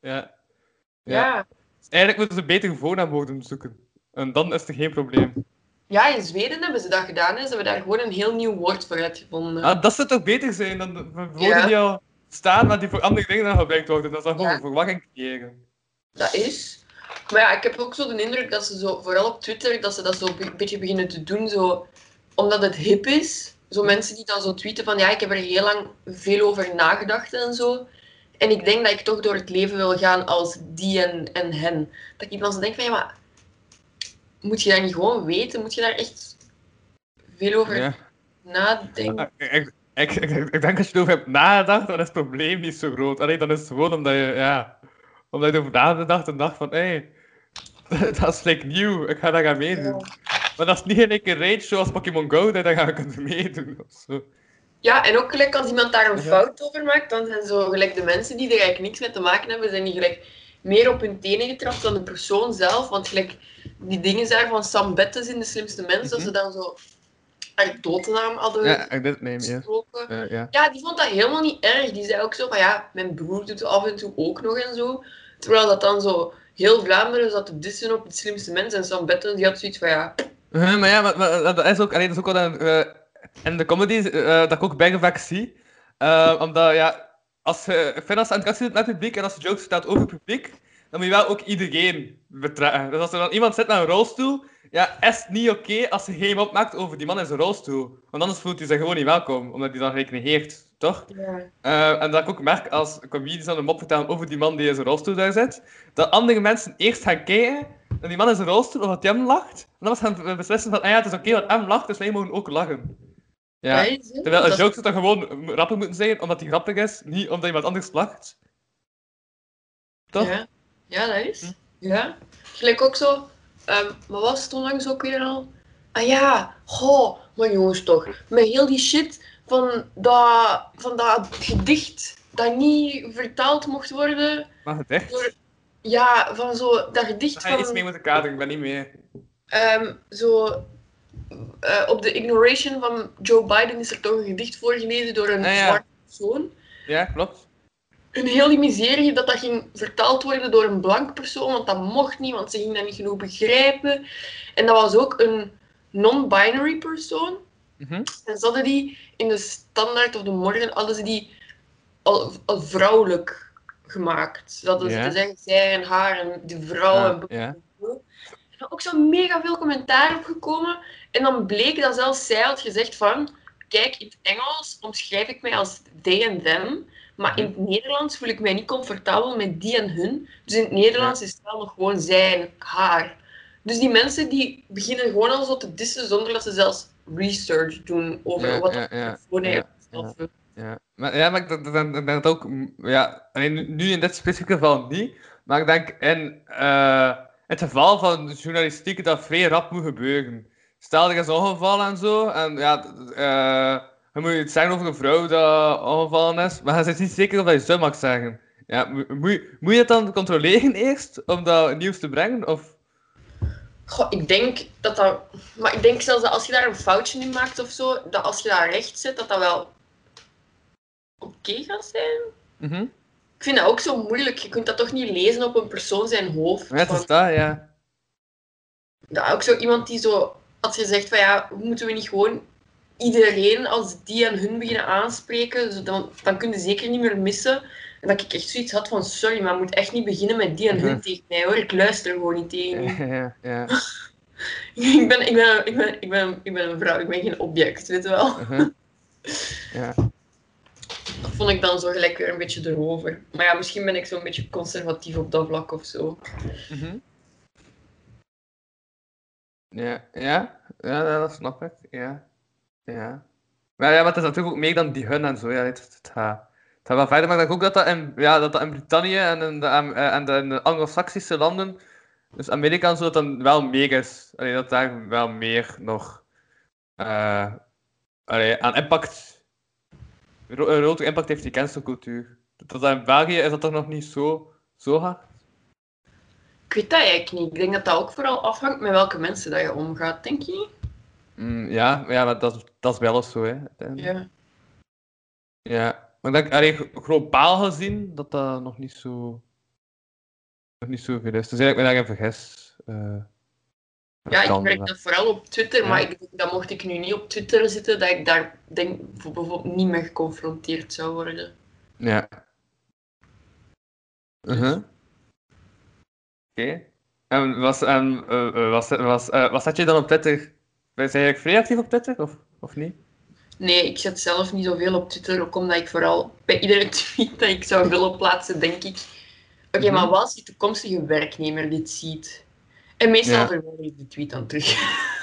Ja. Dus eigenlijk moeten ze beter voornaamwoorden zoeken. En dan is er geen probleem. Ja, in Zweden hebben ze dat gedaan. Hè. Ze hebben daar gewoon een heel nieuw woord voor uitgevonden. Dat zou toch beter zijn dan de woorden die al staan, maar die voor andere dingen dan gebruikt worden. Dat is dan gewoon verwarring creëren. Dat is. Maar ja, ik heb ook zo de indruk dat ze zo, vooral op Twitter, dat ze dat zo een beetje beginnen te doen, zo, omdat het hip is. Zo mensen die dan zo tweeten van ja, ik heb er heel lang veel over nagedacht en zo. En ik denk dat ik toch door het leven wil gaan als die en hen. Dat ik dan zo denk van ja, maar moet je dat niet gewoon weten? Moet je daar echt veel over nadenken? Ik denk als je erover hebt nagedacht, dan is het probleem niet zo groot. Alleen dan is het gewoon omdat je erover nagedacht en dacht van hé, dat is like nieuw, ik ga daar gaan meedoen. Maar dat is niet gelijk een raid zoals Pokémon Go, dat je daar kunt meedoen ofzo. Ja, en ook gelijk als iemand daar een fout over maakt, dan zijn zo gelijk de mensen die er eigenlijk niks mee te maken hebben, zijn die gelijk meer op hun tenen getrapt dan de persoon zelf. Want gelijk die dingen daar van Sam Bettes in De Slimste Mens, dat ze dan zo haar doodnaam hadden gesproken. Ja, die vond dat helemaal niet erg. Die zei ook zo van ja, mijn broer doet het af en toe ook nog en zo. Terwijl dat dan zo heel Vlaanderen zat te dissen op De Slimste Mens en Sam Bettes die had zoiets van ja... Maar dat is ook wel in de comedy dat ik ook bijna vaak zie. Omdat als je interactie doet met het publiek en als je jokes vertelt over het publiek, dan moet je wel ook iedereen betrekken. Dus als er dan iemand zit met een rolstoel, ja, is het niet oké als je geen mop maakt over die man in zijn rolstoel. Want anders voelt hij zich gewoon niet welkom, omdat hij dan gelijk negeert, toch? Ja. En dat ik ook merk als comedians dan een mop vertellen over die man die in zijn rolstoel daar zit, dat andere mensen eerst gaan kijken naar die man in zijn rolstoel, of dat hij hem lacht, en dan gaan we beslissen van, het is oké dat hem lacht, dus wij mogen ook lachen. Ja. Ja, Terwijl een joke zou dan gewoon grappig moeten zijn, omdat hij grappig is, niet omdat iemand anders lacht. Toch? Ja, dat is. Ja. Gelijk ook zo, wat was het onlangs ook weer al? Ah ja, maar jongens toch, met heel die shit van dat gedicht dat niet vertaald mocht worden. Maar gedicht? Ja, van zo, dat gedicht Dan ga je van... iets mee moeten kaderen, ik ben niet mee. Op de inauguration van Joe Biden is er toch een gedicht voorgelezen door een zwarte persoon. Ja, klopt. Een heel die miserie dat ging vertaald worden door een blank persoon, want dat mocht niet, want ze gingen dat niet genoeg begrijpen. En dat was ook een non-binary persoon. En ze hadden die in de Standaard of de Morgen, hadden ze die al vrouwelijk gemaakt. Ze hadden ze te zeggen, zij en haar en de vrouw. En er ook zo mega veel commentaar op gekomen. En dan bleek dat zelfs zij had gezegd van, kijk, in het Engels omschrijf ik mij als they en them. Maar in het Nederlands voel ik mij niet comfortabel met die en hun. Dus in het Nederlands is het wel nog gewoon zij en haar. Dus die mensen die beginnen gewoon al zo te dissen zonder dat ze zelfs research doen over wat dat gewoon eigenlijk Ja, maar ik denk dat ook... Ja, alleen nu in dit specifieke geval niet. Maar ik denk in het geval van journalistiek dat vrij rap moet gebeuren. Stel, er is een ongeval en zo. En je moet iets zeggen over een vrouw dat ongevallen is. Maar je bent niet zeker of je zo mag zeggen. Ja, moet je het dan controleren eerst om dat nieuws te brengen? Of... Goh, ik denk dat... Maar ik denk zelfs dat als je daar een foutje in maakt of zo, dat als je dat recht zet, dat wel oké gaat zijn. Ik vind dat ook zo moeilijk. Je kunt dat toch niet lezen op een persoon zijn hoofd. Ja, het is dat, ja. Dat ook zo iemand die zo... Als je zegt van ja, moeten we niet gewoon iedereen als die en hun beginnen aanspreken, dan kun je zeker niet meer missen. En dat ik echt zoiets had van, sorry, maar je moet echt niet beginnen met die en hun tegen mij, hoor. Ik luister gewoon niet tegen je. Ja. Ik ben een vrouw, ik ben geen object, weet je wel. Ja. Dat vond ik dan zo gelijk weer een beetje erover. Maar ja, misschien ben ik zo'n beetje conservatief op dat vlak of zo. Ja, dat snap ik. Ja. Maar het is natuurlijk ook meer dan die hun en zo. Ja, het gaat wel verder, maar ik denk ook dat dat in Brittannië en in de Anglo-Saxische landen, dus Amerika en zo, dat dan wel meer is. Allee, dat daar wel meer nog aan impact, een grote impact heeft die cancelcultuur. Dat in België is dat toch nog niet zo hard? Ik weet dat eigenlijk niet. Ik denk dat dat ook vooral afhangt met welke mensen dat je omgaat, denk je niet? Ja, maar dat is wel eens zo, hè. Ja. Maar ik denk, globaal gezien, dat nog niet zo veel is. Dus eigenlijk ben ik daarin vergis. Ja, ik merk dat vooral op Twitter, maar ik denk dat mocht ik nu niet op Twitter zitten, dat ik daar bijvoorbeeld niet mee geconfronteerd zou worden. Ja. Oké. En wat zet je dan op Twitter? Ben je eigenlijk vrij actief op Twitter, of niet? Nee, ik zet zelf niet zoveel op Twitter, ook omdat ik vooral bij iedere tweet dat ik zou willen plaatsen, denk ik... Oké, maar wat als die toekomstige werknemer dit ziet? En meestal verwijder ik de tweet dan terug.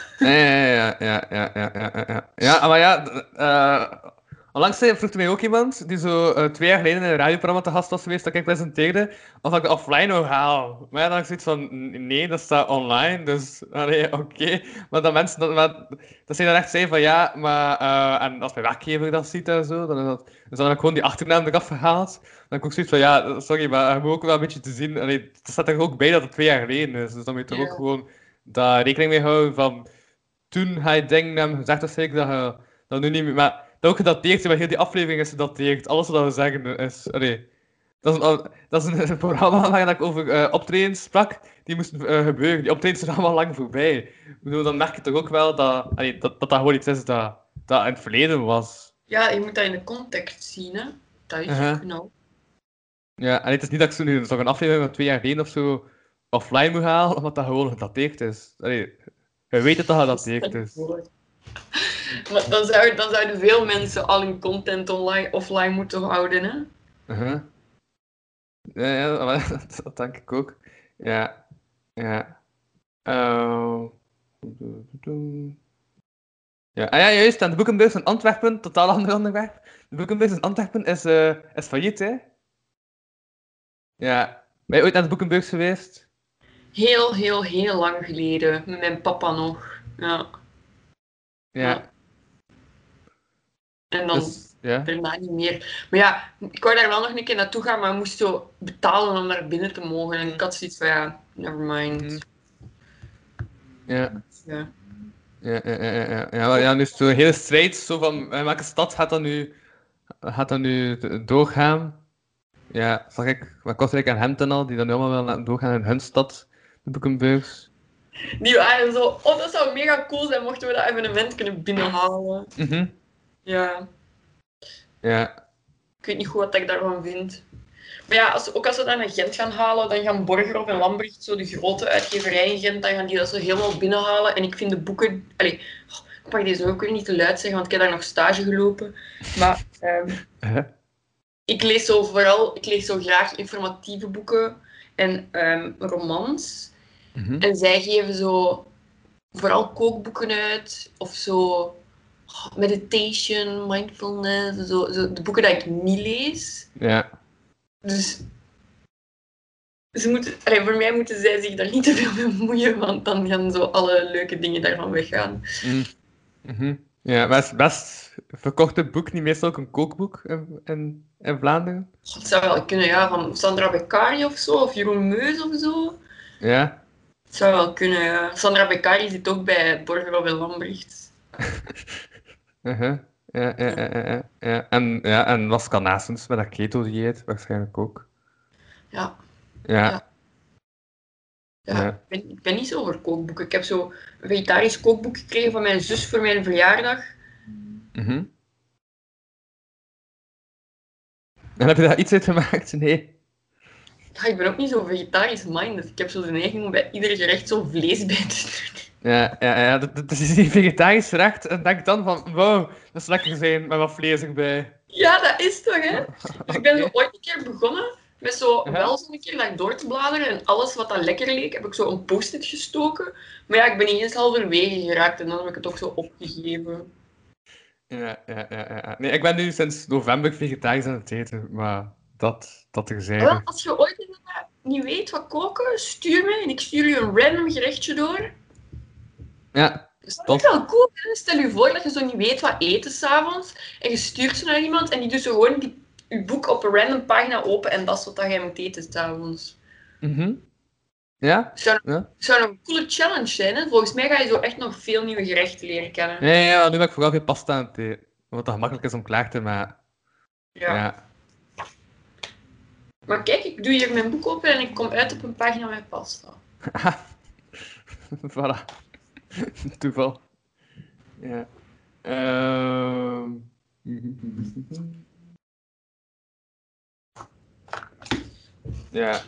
Ja, maar ja... Onlangs vroeg mij ook iemand die zo 2 jaar geleden in een radioprogramma te gast was geweest dat ik presenteerde, of ik het offline nog haal. Maar ja, dan had ik zoiets van, nee, dat staat online, dus oké. Maar dat mensen, dat ze dan echt zeiden van ja, maar en als mijn werkgever dat ziet en zo, dan heb ik gewoon die achternaam eraf gehaald. Dan heb ik ook zoiets van ja, sorry, maar je moet ook wel een beetje te zien, er staat er ook bij dat het 2 jaar geleden is, dus dan moet je toch ook gewoon daar rekening mee houden van toen hij dingen hebben gezegd, dat zeker dat je dat nu niet meer... Maar dat ook gedateerd, maar heel die aflevering is gedateerd. Alles wat we zeggen is... Dat is een programma waar ik over optredens sprak, die moesten gebeuren. Die optredens zijn allemaal lang voorbij. Ik bedoel, dan merk je toch ook wel dat gewoon iets is dat in het verleden was. Ja, je moet dat in de context zien, hè. Dat is ook nou. Ja, en het is niet dat ik zo nu nog een aflevering van 2 jaar geleden of zo offline moet halen, omdat dat gewoon gedateerd is. Allee, je weet het dat gedateerd is. Maar dan zouden veel mensen al hun content offline moeten houden, hè? Uh-huh. Ja, maar dat denk ik ook. Ja. Ja. Ja, ja, juist. En de boekenbeurs in Antwerpen, totaal ander onderwerp. De boekenbeurs in Antwerpen is failliet, hè? Ja. Ben je ooit naar de boekenbeurs geweest? Heel, heel, heel lang geleden. Met mijn papa nog. Ja. Ja. En dan Dus, ja. daarna niet meer. Maar ja, ik wou daar wel nog een keer naartoe gaan, maar ik moest zo betalen om naar binnen te mogen. En ik had zoiets van, ja, nevermind. Ja. Ja. Ja, nu is zo'n hele strijd zo van welke stad gaat dat nu doorgaan. Ja, zag ik met Kortrijk en Hemden al, die dan nu allemaal willen laten doorgaan in hun stad, de boekenbeurs. Die waren zo, oh, dat zou mega cool zijn mochten we dat evenement kunnen binnenhalen. Ja. Ja. Ik weet niet goed wat ik daarvan vind. Maar ja, als we dat naar Gent gaan halen, dan gaan Borgerhoff en Lambrecht, zo de grote uitgeverij in Gent, dan gaan die dat zo helemaal binnenhalen. En ik vind de boeken... ik mag deze ook weer niet te luid zeggen, want ik heb daar nog stage gelopen. Maar ik lees zo graag informatieve boeken en romans. En zij geven zo vooral kookboeken uit, of zo meditation, mindfulness, zo de boeken die ik niet lees. Ja. Dus voor mij moeten zij zich daar niet te veel mee bemoeien, want dan gaan zo alle leuke dingen daarvan weggaan. Ja, maar is het best verkochte boek niet meestal ook een kookboek in Vlaanderen? Het zou wel kunnen, ja, van Sandra Beccari of zo, of Jeroen Meus of zo. Ja. Het zou wel kunnen, ja. Sandra Beccari zit ook bij Borgerhoff en Lambrecht. Ja. En was Canasens met dat keto-dieet waarschijnlijk ook. Ja. Ja. Ik ben niet zo voor kookboeken. Ik heb zo een vegetarisch kookboek gekregen van mijn zus voor mijn verjaardag. En heb je daar iets uit gemaakt? Nee. Ja, ik ben ook niet zo vegetarisch-minded. Ik heb zo de neiging om bij ieder gerecht zo vlees bij te doen. Ja, dat is die vegetarisch gerecht en denk dan van, wow, dat is lekker zijn met wat vlees erbij. Ja, dat is toch, hè? Dus ik ben zo ooit een keer begonnen met zo wel zo'n keer like, door te bladeren en alles wat dat lekker leek, heb ik zo een post-it gestoken. Maar ja, ik ben niet eens halverwege geraakt en dan heb ik het ook zo opgegeven. Ja. Nee, ik ben nu sinds november vegetarisch aan het eten, maar dat terzijde. Als je ooit niet weet wat koken, stuur me en ik stuur je een random gerechtje door. Ja, dus dat is wel cool. Hè? Stel je voor dat je zo niet weet wat eten s'avonds en je stuurt ze naar iemand en die doet zo gewoon je boek op een random pagina open en dat is wat jij moet eten s'avonds. Ja? Het zou een coole challenge zijn. Hè? Volgens mij ga je zo echt nog veel nieuwe gerechten leren kennen. Ja, nu ben ik vooral geen pasta aan het eten. Omdat dat gemakkelijk is om klaar te maken. Ja. Maar kijk, ik doe hier mijn boek open en ik kom uit op een pagina met pasta. Voilà. Toeval. Ja. Ja.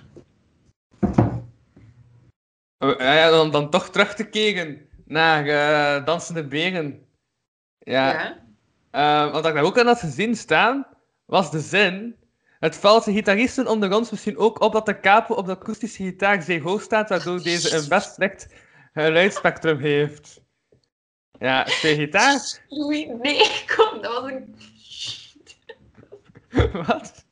Dan toch terug te keren naar Dansende Beren. Ja. Wat ik daar ook aan had gezien staan, was de zin: het valt de gitaristen onder ons misschien ook op dat de capo op de akoestische gitaar zeer hoog staat, waardoor deze een best slecht geluidsspectrum heeft. Ja, speel gitaar? Louis, nee, kom, dat was een... Wat?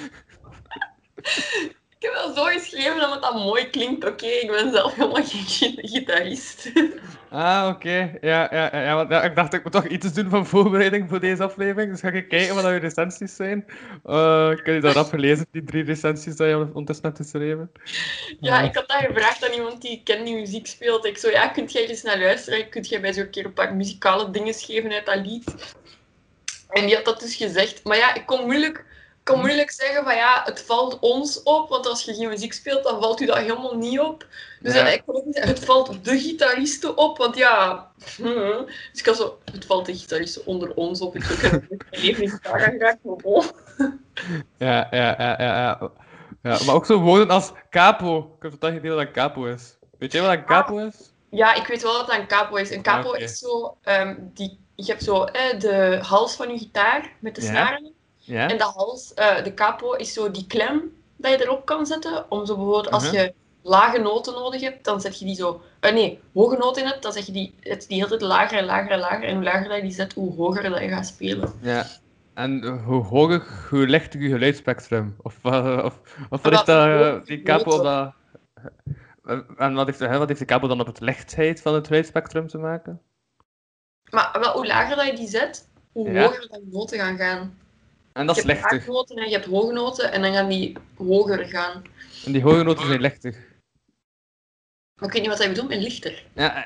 Ik heb wel zo geschreven omdat dat mooi klinkt. Oké, ik ben zelf helemaal geen gitarist. Oké. Ja, want ik dacht ik moet toch iets doen van voorbereiding voor deze aflevering. Dus ga ik kijken wat uw recensies zijn. Ik heb je dat afgelezen, die 3 recensies die je ondertussen hebt geschreven. Ja, ik had dat gevraagd aan iemand die ik ken die muziek speelt. Ik zo, ja, kunt jij er eens naar luisteren? Kunt jij mij zo'n keer een paar muzikale dingen geven uit dat lied? En die had dat dus gezegd. Maar ja, ik kon moeilijk zeggen van ja, het valt ons op, want als je geen muziek speelt, dan valt u dat helemaal niet op. Dus ik kon ook niet zeggen, het valt de gitaristen op, want ja... Dus ik had zo, het valt de gitaristen onder ons op. Ik heb mijn leven in gitaar gaan geraakt, maar bon. Ja. Ja, maar ook zo woorden als capo. Ik heb totaal geen idee wat een capo is. Weet jij wat een capo is? Ja, ik weet wel dat dat een capo is. Een capo Oké. is zo... je hebt zo de hals van je gitaar met de Ja. snaren. Ja? En de hals, de capo is zo die klem dat je erop kan zetten. Om zo bijvoorbeeld, als je lage noten nodig hebt, dan zet je die zo... nee, hoge noten in hebt, dan zet je die hele tijd lager en lager en lager. En hoe lager dat je die zet, hoe hoger dat je gaat spelen. Ja. En hoe hoger, hoe lichter je geluidsspectrum? Of wat is dat, die capo op dat... En wat heeft de capo dan op het lichtheid van het geluidsspectrum te maken? Maar wel, hoe lager dat je die zet, hoe hoger dat je noten gaan gaan. En dat is Je hebt lichter. lage noten en je hebt hoge noten en dan gaan die hoger gaan. En die hoge noten zijn lichter. Maar ik weet niet wat hij bedoelt met lichter. Ja,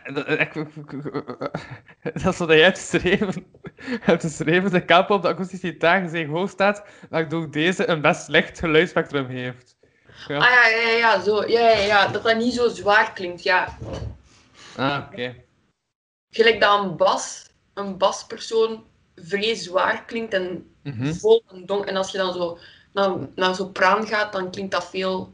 dat is wat jij hebt geschreven. De capo op de akoestische gitaar zeer hoog staat, waardoor deze een best licht geluidsspectrum heeft. Ja. Ja, zo. Ja, dat dat niet zo zwaar klinkt, ja. Oké. Gelijk dat een baspersoon vrij zwaar klinkt en vol en donker. En als je dan zo naar sopraan gaat, dan klinkt dat veel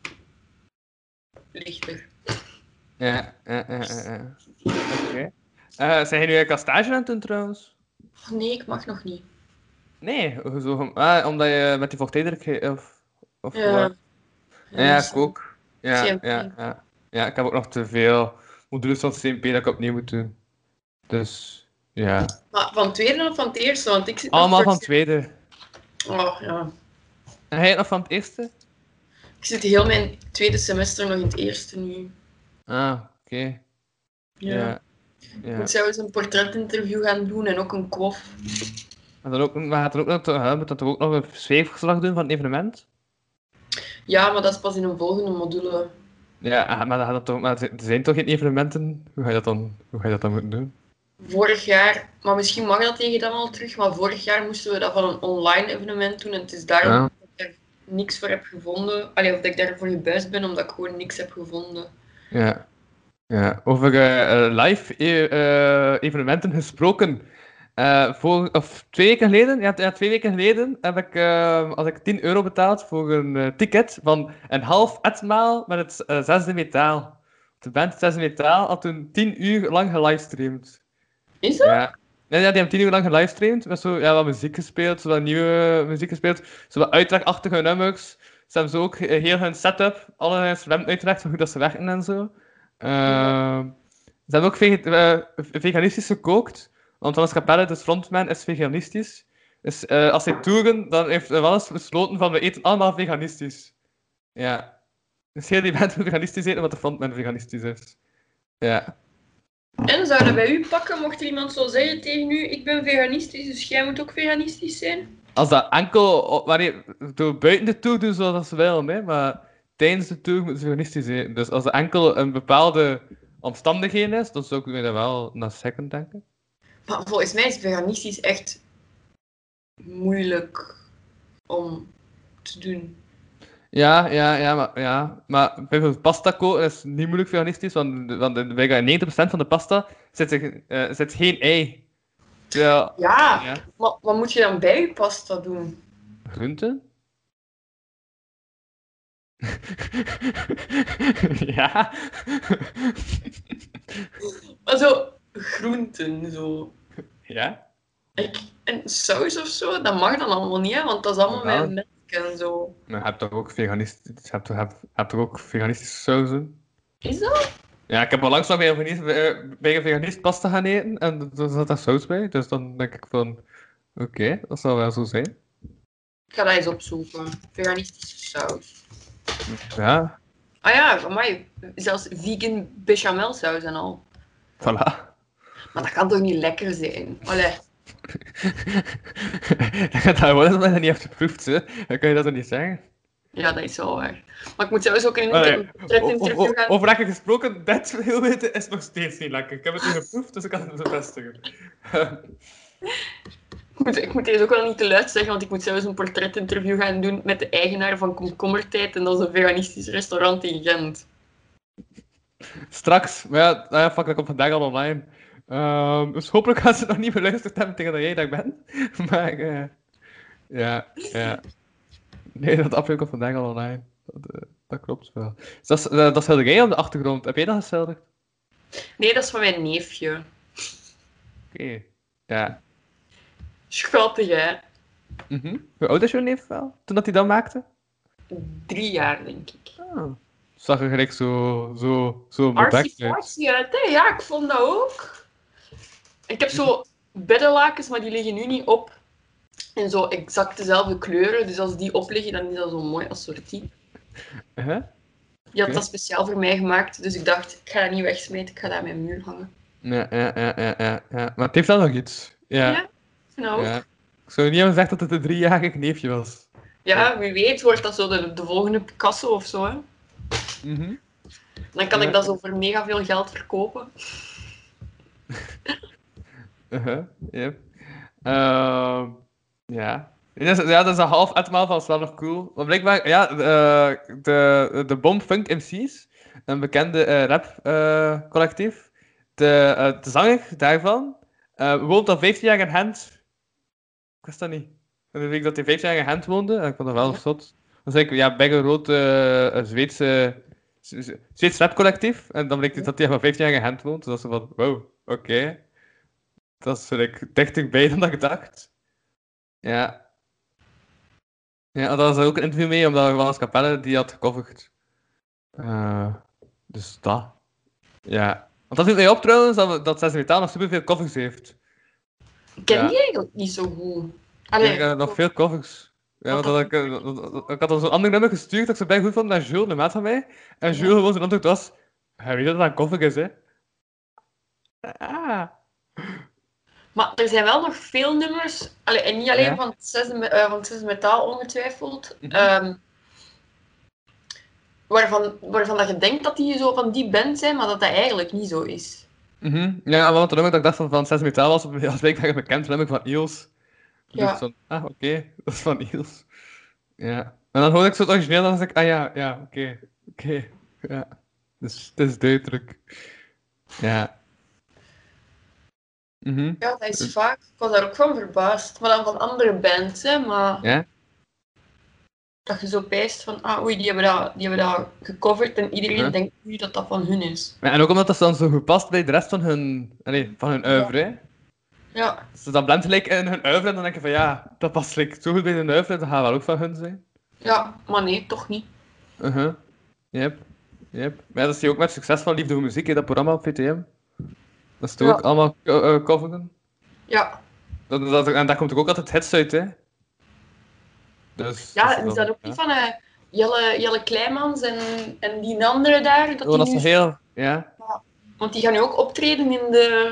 lichter. Ja. Oké. Zijn jij nu eigenlijk al stage aan het doen, trouwens? Oh, nee, ik mag nog niet. Nee, hoezo? Omdat je met die vochttijdelijkheid... Of Ja. Ja, ik ook. Ja, CMP. ja, ik heb ook nog te veel modules van CMP dat ik opnieuw moet doen. Dus, ja. Maar van het tweede of van het eerste? Want ik zit Allemaal nog van het tweede. Oh, ja. En jij nog van het eerste? Ik zit heel mijn tweede semester nog in het eerste nu. Ah, oké. Ja. Ik moet zelfs een portretinterview gaan doen en ook een quof. En dan ook, maar moet dat toch ook nog een zweefverslag doen van het evenement? Ja, maar dat is pas in een volgende module. Ja, maar er zijn toch geen evenementen? Hoe ga je dat dan moeten doen? Vorig jaar, maar misschien mag dat tegen dan al terug, maar vorig jaar moesten we dat van een online evenement doen en het is daarom dat ik er niks voor heb gevonden. Allee, of dat ik daarvoor gebuist ben, omdat ik gewoon niks heb gevonden. Ja. Over live evenementen gesproken. 2 weken geleden, ja, 2 weken geleden heb ik, als ik €10 betaald voor een ticket van een half etmaal met het zesde metaal. De band Zesde Metaal had toen 10 uur lang gelivestreamd. Is dat? Ja, die hebben 10 uur lang gelivestreamd, met zo wat muziek gespeeld, zo wat nieuwe muziek gespeeld, zo wat uitlegachtige nummers. Ze hebben zo ook heel hun setup, alle instrumenten uitgelegd, hoe dat ze werken en zo. Ze hebben ook veganistisch gekookt. Want Thomas Capelle, de frontman, is veganistisch. Dus als zij toeren, dan heeft Wannes besloten van we eten allemaal veganistisch. Ja. Dus heel die band moet veganistisch eten, omdat de frontman veganistisch is. Ja. En zou dat bij u pakken, mocht er iemand zo zeggen tegen u, ik ben veganistisch, dus jij moet ook veganistisch zijn? Als dat enkel... door buiten de tour doen ze wat ze willen, hè, maar tijdens de tour moeten ze veganistisch eten. Dus als er enkel een bepaalde omstandigheden is, dan zou ik mij daar wel naar zeggen denken. Maar volgens mij is veganistisch echt moeilijk om te doen. Ja, maar bijvoorbeeld pasta koken is niet moeilijk veganistisch, want bij 90% van de pasta zit geen ei. Ja, maar wat moet je dan bij je pasta doen? Groenten? Ja. Maar zo, groenten, zo. Ja? En saus of zo, dat mag dan allemaal niet, hè, want dat is allemaal met melk en zo. Maar je hebt toch ook veganistische sauzen? Is dat? Ja, ik heb al langs nog bij een veganist pasta gaan eten en er zat daar saus bij, dus dan denk ik van, oké, dat zal wel zo zijn. Ik ga dat eens opzoeken. Veganistische saus. Ja. Ah ja, voor mij zelfs vegan bechamelsaus en al. Voilà. Maar dat kan toch niet lekker zijn? Allee. Dat gaat gewoon omdat je dat niet hebt geproefd, hè. Dan kan je dat toch niet zeggen? Ja, dat is wel waar. Maar ik moet zelfs ook in een portretinterview gaan... Over lekker gesproken, dat heel weten is nog steeds niet lekker. Ik heb het niet geproefd, dus ik kan het bevestigen. Ik moet deze ook wel niet te luid zeggen, want ik moet zelfs een portretinterview gaan doen met de eigenaar van Komkommertijd. En dat is een veganistisch restaurant in Gent. Straks, maar ja, fuck, dat komt vandaag al online. Dus hopelijk gaan ze het nog niet beluisterd hebben tegen dat jij daar bent. Maar, ja. Nee, dat aflevering komt vandaag al online. Dat klopt wel. Dus dat schilderij op de achtergrond. Heb jij dat geschilderd? Nee, dat is van mijn neefje. Oké. Ja. Schattig, hè? Hoe oud is jouw neef wel, toen dat hij dat maakte? 3 jaar, denk ik. Zag er gelijk zo bedekt uit. Artsy uit, hè? Ja, ik vond dat ook. Ik heb zo beddenlakens, maar die liggen nu niet op. En zo exact dezelfde kleuren. Dus als die opliggen, dan is dat zo mooi assortie. Die had dat speciaal voor mij gemaakt. Dus ik dacht, ik ga dat niet wegsmijten. Ik ga dat aan mijn muur hangen. Ja. Maar het heeft dan nog iets. Ja. Nou. Ja. Ik zou niet hebben gezegd dat het een 3-jarig neefje was. Ja, wie weet wordt dat zo de volgende Picasso of zo, hè. Dan kan ik dat zo voor mega veel geld verkopen. Yep. Ja. Dat is een half etmaal van, is wel nog cool. Maar blijkbaar, ja, de Bomb Funk MC's, een bekende rap collectief, de zanger daarvan, woont al 15 jaar in Gent. Ik wist dat niet. En dan weet ik dat hij 15 jaar in Gent woonde, en ik vond dat wel zot. Dan zei ik, ja, Begge Rood, Zweeds rap collectief, en dan bleek het dat hij al 15 jaar in Gent woont. Dus dat is van, wow, oké. Dat is dichterbij dan dat ik dacht. Ja. Ja, daar was er ook een interview mee, omdat Johannes Capelle die had gecoverd. Dus dat. Ja. Want dat viel mij op trouwens, dat Zes Metaal nog superveel covers heeft. Ik ken die eigenlijk niet zo goed. Ik heb nog veel covers. Ja, want ik had al zo'n ander nummer gestuurd dat ik zo bij goed vond naar Jules, de maat van mij. En Jules gewoon zijn antwoord was, hij weet dat dat een cover is, hè. Maar er zijn wel nog veel nummers, en niet alleen van het Zes Metaal ongetwijfeld, waarvan dat je denkt dat die zo van die band zijn, maar dat dat eigenlijk niet zo is. Ja, want het nummer dat ik dacht van Zes Metaal was blijkbaar een bekend nummer van Eels. Dus oké, dat is van Eels. Ja. En dan hoorde ik zo het origineel en dan dacht ik, oké. Ja. Dus het is duidelijk. Ja. Ja, dat is vaak. Ik was daar ook van verbaasd. Maar dan van andere bands, hè, maar... Ja? Dat je zo pijst van, oei, die hebben dat gecoverd en iedereen denkt nu dat dat van hun is. Ja, en ook omdat dat dan zo goed past bij de rest van hun oeuvre, hè. Ja. Dus dat blendt gelijk in hun oeuvre en dan denk je van, ja, dat past zo goed bij hun oeuvre, dat gaat wel ook van hun zijn. Ja, maar nee, toch niet. Yep. Maar ja, dat zie je ook met succes van Liefde voor Muziek, hè, dat programma op VTM. Dat is toch ook allemaal coveren? Ja. En daar komt ook altijd hits uit, hè? Dus, ja, is dat ook niet van Jelle Kleimans en die andere daar? Dat is heel... Ja. Want die gaan nu ook optreden in de...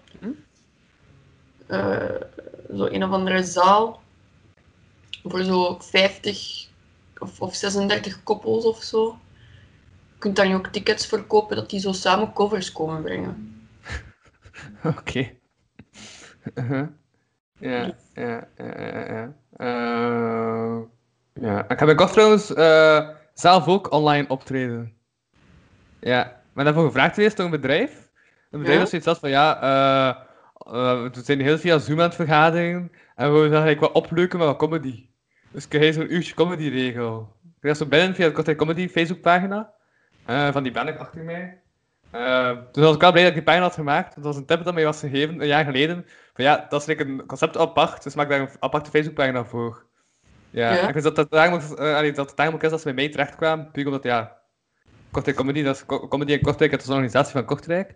zo een of andere zaal. Voor zo 50 of 36 koppels of zo. Je kunt daar nu ook tickets verkopen dat die zo samen covers komen brengen. Oké. Ja. Ik ga binnenkort trouwens zelf ook online optreden. Ja. Ik ben daarvoor gevraagd geweest door een bedrijf. Een bedrijf dat zoiets had van, we zijn heel via Zoom aan het vergaderen. En we willen eigenlijk wat opleuken met wat comedy. Dus ik krijg zo'n uurtje comedy regel. Ik krijg zo binnen via de Kortrijk Comedy Facebookpagina. Van die ben ik achter mij. Dus was ik wel blij dat ik die pagina had gemaakt. Dat was een tip dat mij was gegeven, een jaar geleden. Van ja, dat is een concept apart, dus maak daar een aparte Facebookpagina voor. Ja. Ik vind dat het daarom ook is dat ze bij mij terechtkwamen. Puur omdat, Kortrijk Comedy, dat is comedy in Kortrijk, het is een organisatie van Kortrijk.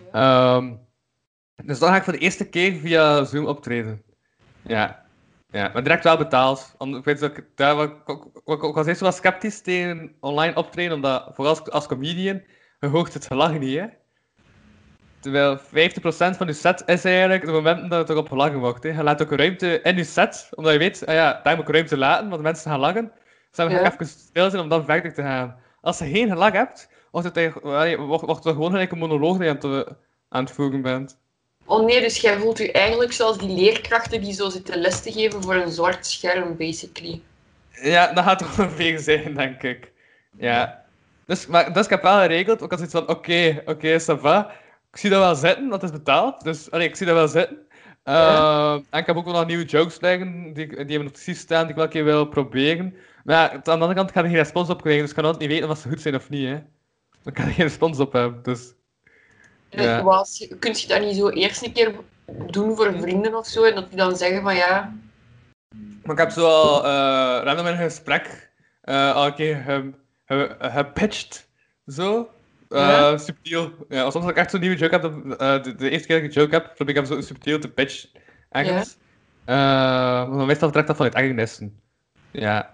Dus dan ga ik voor de eerste keer via Zoom optreden. Ja, maar direct wel betaald. Ik weet dat ik was eerst wel sceptisch tegen online optreden, omdat vooral als comedian, je hoort het gelachen niet, hè. Terwijl 50% van je set is eigenlijk de momenten dat het erop gelachen wordt. Hè. Je laat ook ruimte in je set, omdat je weet, daar moet ik ruimte laten, want de mensen gaan lachen. Dus dan ga ik even stil zijn om dan verder te gaan. Als je geen gelach hebt, wordt het gewoon gelijk een monoloog dat je aan het voeren bent. Oh nee, dus jij voelt je eigenlijk zoals die leerkrachten die zo zitten les te geven voor een zwart scherm, basically. Ja, dat gaat toch ongeveer zijn, denk ik. Ja. Dus ik heb wel geregeld, ook als iets van, oké, ça va. Ik zie dat wel zitten, dat is betaald. Dus, ik zie dat wel zitten. En ik heb ook wel nog nieuwe jokes liggen, die hebben op de site staan, die ik wel een keer wil proberen. Maar ja, aan de andere kant kan ik geen respons op krijgen, dus ik kan altijd niet weten of ze goed zijn of niet. Hè. Dan kan ik geen respons op hebben, dus... Ja. Kun je dat niet zo eerst een keer doen voor vrienden of zo, en dat die dan zeggen van ja... Maar ik heb zo al random in een gesprek al een keer gepitcht, zo. Subtiel. Ja, soms als ik echt zo'n nieuwe joke heb, de eerste keer dat ik een joke heb, probeer ik hem zo subtiel te pitchen. Ergens. Maar meestal trekt dat vanuit ergernissen. Ja.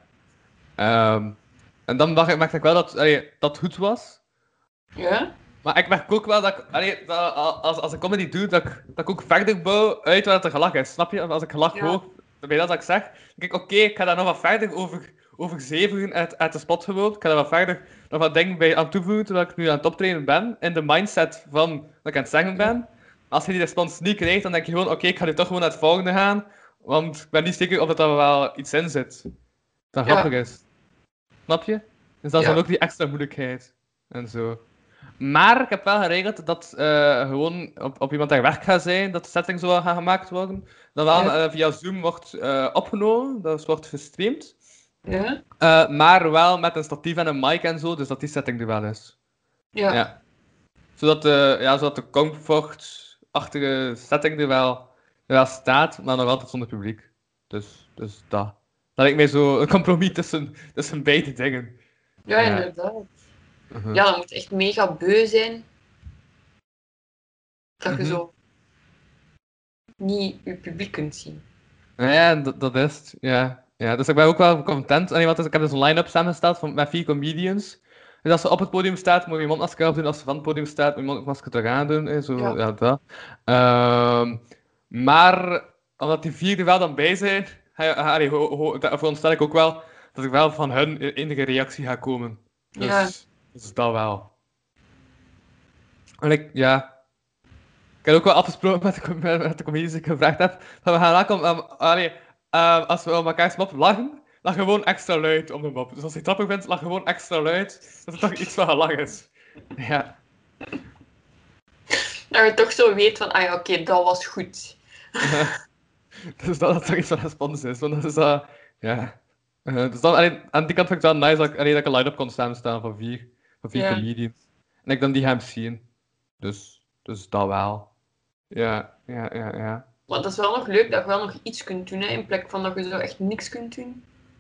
En dan merkte ik wel dat dat goed was. Ja? Maar ik merk ook wel dat ik, als ik comedy doe, dat ik ook verder bouw uit waar het een gelach is. Snap je? Als ik gelach hoor, bij dat ik zeg, dan denk ik, oké, ik ga daar nog wat verder over zeveren uit de spot gewoon. Ik ga daar wat verder nog wat dingen bij aan toevoegen, terwijl ik nu aan het optreden ben, in de mindset van dat ik aan het zeggen ben. Als je die respons niet krijgt, dan denk je gewoon, oké, ik ga nu toch gewoon naar het volgende gaan, want ik ben niet zeker of er wel iets in zit dat grappig is. Snap je? Dus dat is dan ook die extra moeilijkheid. En zo. Maar ik heb wel geregeld dat gewoon op iemand daar werk gaat zijn, dat de setting zo gaat gemaakt worden. Dat wel via Zoom wordt opgenomen, dat wordt gestreamd. Ja? Maar wel met een statief en een mic en zo, dus dat die setting er wel is. Ja. Zodat de comfort-achtige setting er wel staat, maar nog altijd zonder publiek. Dus dat. Dat lijkt mij zo een compromis tussen beide dingen. Ja, inderdaad. Ja, dat moet echt mega beu zijn. Dat je zo niet je publiek kunt zien. Ja, dat is het. Ja. Dus ik ben ook wel content. Want ik heb dus een line-up samengesteld met 4 comedians. Dus als ze op het podium staat, moet je mondmasker afdoen. Als ze van het podium staat, moet je mondmasker terug aandoen. Zo, dat. Maar omdat die 4 er wel dan bij zijn, veronderstel ik ook wel dat ik wel van hun enige reactie ga komen. Dus dat wel. En ik heb ook wel afgesproken met de comedies die ik gevraagd heb, dat we gaan aankomen, als we om elkaar mop lachen, lach gewoon extra luid om de mop. Dus als je het grappig vindt, lach gewoon extra luid, dat er toch iets van gelach is. Ja. Dat je toch zo weet van, oké, dat was goed. Dus dat toch iets van respons is, want dat is dat, dus dan, aan die kant vind ik het wel nice dat ik een line-up kon staan van 4 comedians. En ik dan die gaan zien. Dus dat wel. Ja. Maar dat is wel nog leuk dat je wel nog iets kunt doen, hè, in plek van dat je zo echt niks kunt doen.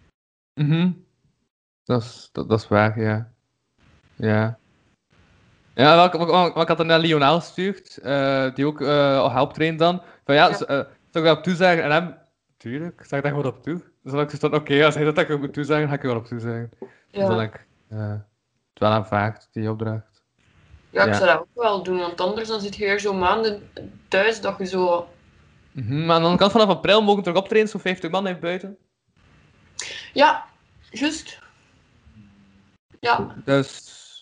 Dat is waar, ja. Ja, ik had er naar Lionel gestuurd, die ook helpt trainen dan. Van zou ik daarop toezeggen? En hem, tuurlijk, zeg daar gewoon op toe. Dus dan heb ik gezegd, oké, als hij dat ik moet toezeggen, ga ik er wel op toezeggen. Dus dan heb ik het wel aanvaard, die opdracht. Ja, ik zou dat ook wel doen, want anders dan zit je weer zo maanden thuis dat je zo... Maar aan de andere kant, vanaf april mogen we terug optreden, zo'n 50 man even buiten. Ja, juist. Ja. Dus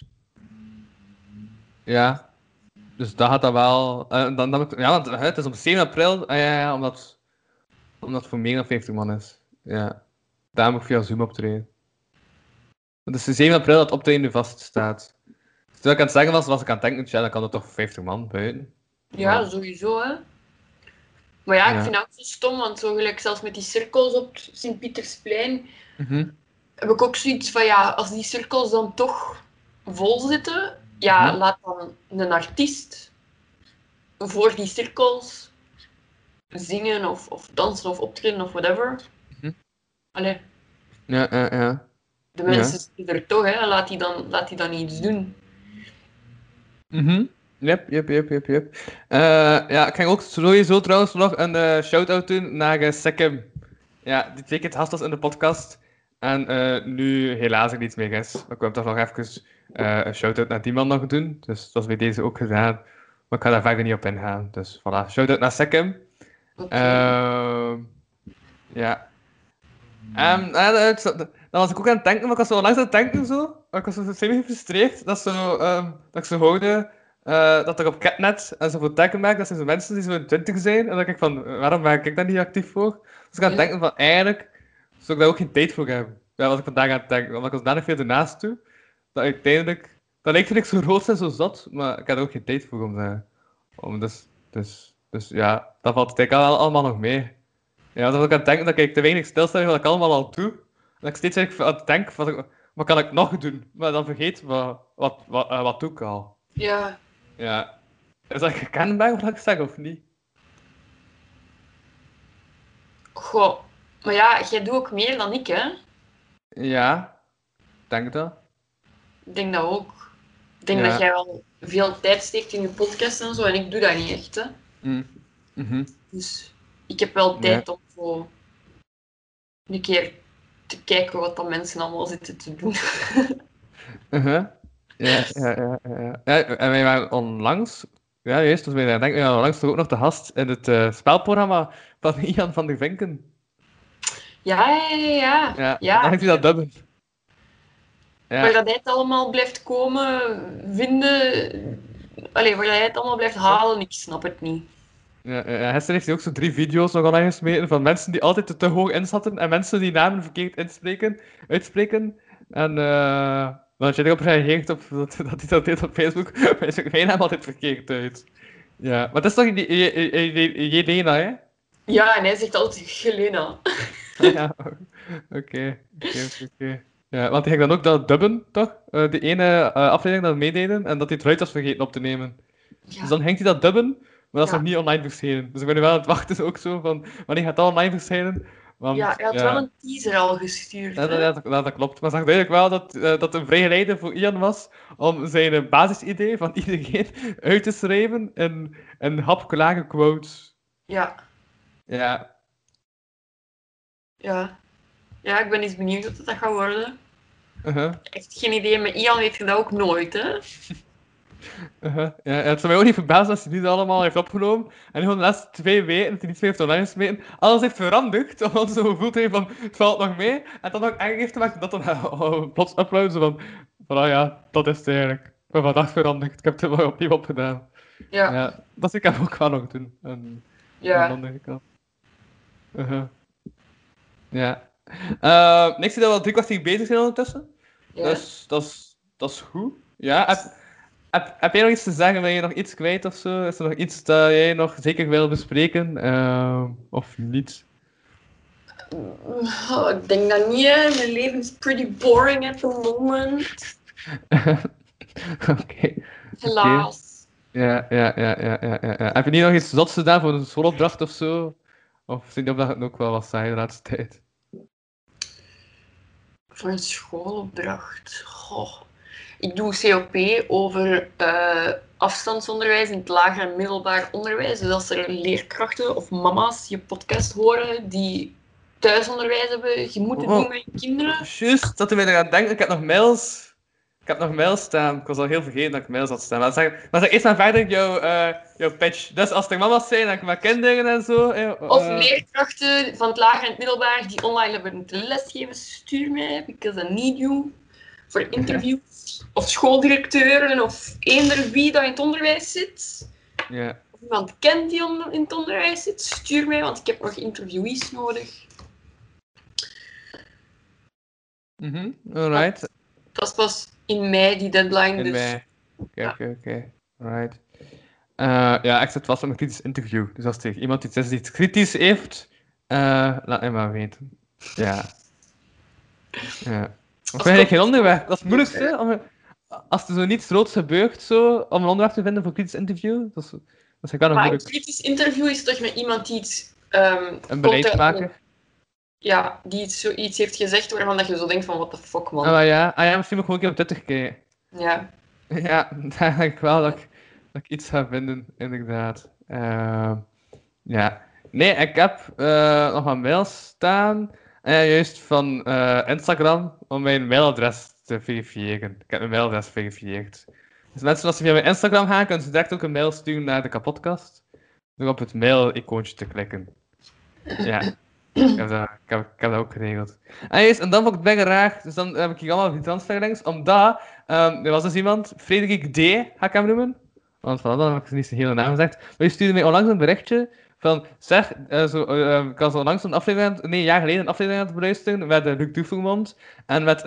dat gaat dat wel... want het is op 7 april, omdat het voor meer dan 50 man is. Ja. Daar moet ik via Zoom optreden. Het is 7 april dat het optreden nu vaststaat. Dus toen ik aan het zeggen was ik aan het denken, dan kan er toch 50 man buiten. Ja, sowieso, hè. Maar ja, ik vind het ook zo stom, want zo gelijk zelfs met die cirkels op Sint-Pietersplein, heb ik ook zoiets van, als die cirkels dan toch vol zitten, laat dan een artiest voor die cirkels zingen of dansen of optreden of whatever. Allee. Ja. De mensen zitten er toch, hè. Laat die dan iets doen. Yep. Ik ging ook sowieso trouwens nog een shout-out doen naar Sikkim. Ja, die 2 keer het gast was in de podcast. En nu helaas er niets meer is. Maar ik wil toch nog even een shout-out naar die man nog doen. Dus dat is bij deze ook gedaan. Maar ik ga daar verder niet op ingaan. Dus voilà, shout-out naar Sikkim. Ja. Dan was ik ook aan het denken, maar ik was zo langs aan het denken zo. Ik was zo semi-gefrustreerd dat ik zo hoorde dat er op Catnet en zo voor tekkenmerk, dat zijn zo mensen die zo in 20 zijn. En dan denk ik van, waarom ben ik daar niet actief voor? Dus ik aan het denken van, eigenlijk zou ik daar ook geen tijd voor hebben. Ja, was ik vandaag aan het denken. Want ik was daar nog veel ernaast toe. Dat uiteindelijk, dat lijkt vind ik zo rood en zo zat, maar ik had er ook geen tijd voor om dus Dus ja, dat valt eigenlijk allemaal nog mee. Ja, dat ik aan het denken dat ik te weinig stilsta wat ik allemaal al doe. Dat ik steeds eigenlijk aan het denken van, wat kan ik nog doen? Maar dan vergeet wat doe ik al. Ja. Ja. Is dat herkenbaar wat ik zeg, of niet? Goh. Maar ja, jij doet ook meer dan ik, hè? Ja. Denk dat. Ik denk dat ook. Ik denk dat jij wel veel tijd steekt in je podcast en zo, en ik doe dat niet echt, hè? Dus ik heb wel tijd om zo een keer te kijken wat dat mensen allemaal zitten te doen. Ja, en wij waren onlangs, ja, juist, als wij daar denken, ja, onlangs toch ook nog de gast in het spelprogramma van Ian van der Vinken. Ja. Dan heeft hij dat dubben. Ja. Waar dat hij het allemaal blijft komen, vinden... Allee, waar dat hij het allemaal blijft halen, ik snap het niet. Gisteren heeft hij ook zo 3 video's nog online gesmeten van mensen die altijd te hoog inzatten en mensen die namen verkeerd uitspreken. En dan had je erop gereageerd op dat hij dat deed op Facebook. Mijn naam altijd verkeerd uit. Ja, maar het is toch Jelena, hè? Ja, en hij zegt altijd Jelena. Ja, oké. Ja, want hij ging dan ook dat dubben, toch? De ene aflevering dat we meededen en dat hij het eruit was vergeten op te nemen. Ja. Dus dan ging hij dat dubben, maar dat is nog niet online verschenen. Dus ik ben nu wel aan het wachten ook zo van, wanneer gaat dat online verschijnen? Want, ja, hij had wel een teaser al gestuurd. Dat klopt. Maar zag duidelijk wel dat een vrije reden voor Ian was om zijn basisidee van iedereen uit te schrijven in een hapklare quotes. Ja. Ja, ik ben eens benieuwd wat dat gaat worden. Echt geen idee, met Ian weet je dat ook nooit, hè? Ja, het zou mij ook niet verbazen als hij dit allemaal heeft opgenomen en gewoon de laatste 2 weken dat hij niet meer heeft online gesmeten, alles heeft veranderd, omdat hij zo gevoeld heeft van, het valt nog mee, en dan ook erg heeft gemaakt dat dan plots uploaden, zo van, ja, dat is het eigenlijk. Ik ben vandaag veranderd, ik heb het er wel opnieuw opgedaan. Ja, dat zie ik hem ook wel nog doen. Aan de andere kant. Ja. Ik zie dat we al 3 kwartier bezig zijn ondertussen. Ja. Dus dat is goed. Ja, heb jij nog iets te zeggen? Ben je nog iets kwijt of zo? Is er nog iets dat jij nog zeker wil bespreken? Of niet? Ik denk dat niet, hè. Mijn leven is pretty boring at the moment. Oké. Helaas. Ja. Heb je niet nog iets zots gedaan voor een schoolopdracht of zo? Of vind je dat het ook wel wat saai de laatste tijd? Voor een schoolopdracht? Goh. Ik doe COP over afstandsonderwijs in het lager en middelbaar onderwijs. Dus als er leerkrachten of mama's je podcast horen die thuisonderwijs hebben, je moet het doen met je kinderen. Juist, dat we eraan denken. Ik heb nog mails staan. Ik was al heel vergeten dat ik mails had staan. Maar zeg eerst maar verder jouw pitch. Dus als er mama's zijn en met kinderen en zo... Of leerkrachten van het lager en het middelbaar die online hebben moeten lesgeven, stuur mij, because I need you. Voor interviews, of schooldirecteuren, of eender wie dat in het onderwijs zit. Ja. Of iemand kent die in het onderwijs zit, stuur mij, want ik heb nog interviewees nodig. Alright. Dat is pas in mei, die deadline. In dus... mei. Oké. Alright. Ja, ik zit vast op een kritisch interview. Dus als er iemand iets is die het kritisch heeft, laat mij maar weten. Ja. Of vind je geen onderwerp? Dat is het moeilijkste. Als er zo niets groots gebeurt, zo, om een onderwerp te vinden voor een kritisch interview, dat is wel nog moeilijk. Een kritisch interview is toch met iemand die iets... een beleidsmaker? Ja, die zoiets heeft gezegd waarvan dat je zo denkt van, what the fuck, man. Ja, misschien moet ik gewoon een keer op Twitter kijken. Ja. Ja, daar denk ik wel dat ik iets ga vinden, inderdaad. Ja. Nee, ik heb nog een mail staan, juist van Instagram, om mijn mailadres te verifiëren. Ik heb mijn mailadres geverifieerd. Dus mensen, als ze via mijn Instagram gaan, kunnen ze direct ook een mail sturen naar de kapotkast. Door op het mail-icoontje te klikken. Ja. Ik heb dat ook geregeld. En dan vond ik het bijna raar, dus dan heb ik hier allemaal die transferlinks, omdat er was dus iemand, Frederik D, ga ik hem noemen, want dan heb ik niet zijn hele naam gezegd, maar die stuurde mij onlangs een berichtje van, zeg, ik was onlangs een jaar geleden een aflevering aan het beluisteren met Luc Dufelmond en met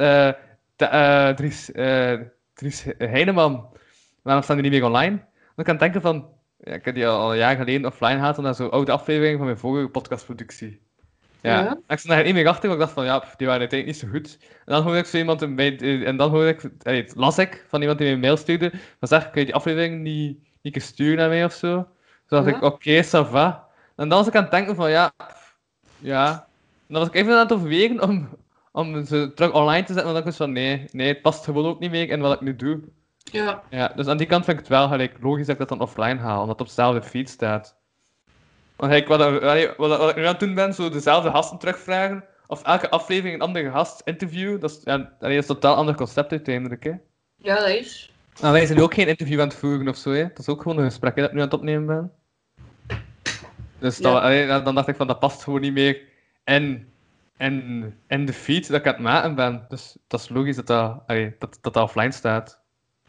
Dries Heineman. Waarom staan die niet meer online? Dan kan ik denken van, Ja, ik heb die al een jaar geleden offline gehad, omdat zo oude afleveringen van mijn vorige podcastproductie. Ja. Ja. En ik stond daar niet meer achter, want ik dacht van, ja, die waren uiteindelijk niet zo goed. En dan hoorde ik zo iemand, en dan hoorde ik, las ik van iemand die mij een mail stuurde, van zeg, kun je die aflevering niet sturen naar mij of zo? Dus dacht ik, oké, ça va. En dan was ik aan het denken van, ja. En dan was ik even aan het overwegen om ze terug online te zetten, maar dan was ik van, nee, het past gewoon ook niet meer in wat ik nu doe. Ja. Dus aan die kant vind ik het wel gelijk logisch dat ik dat dan offline haal, omdat het op dezelfde feed staat. Want kijk, wat ik nu aan het doen ben, zo dezelfde gasten terugvragen, of elke aflevering een andere gast interview, dat is een totaal ander concept uiteindelijk, hè. Ja, dat is. Nou, wij zijn ook geen interview aan het voeren of zo, hè. Dat is ook gewoon een gesprek hè, dat ik nu aan het opnemen ben. Dus dan dacht ik van, dat past gewoon niet meer in de feed dat ik aan het maken ben. Dus dat is logisch dat offline staat.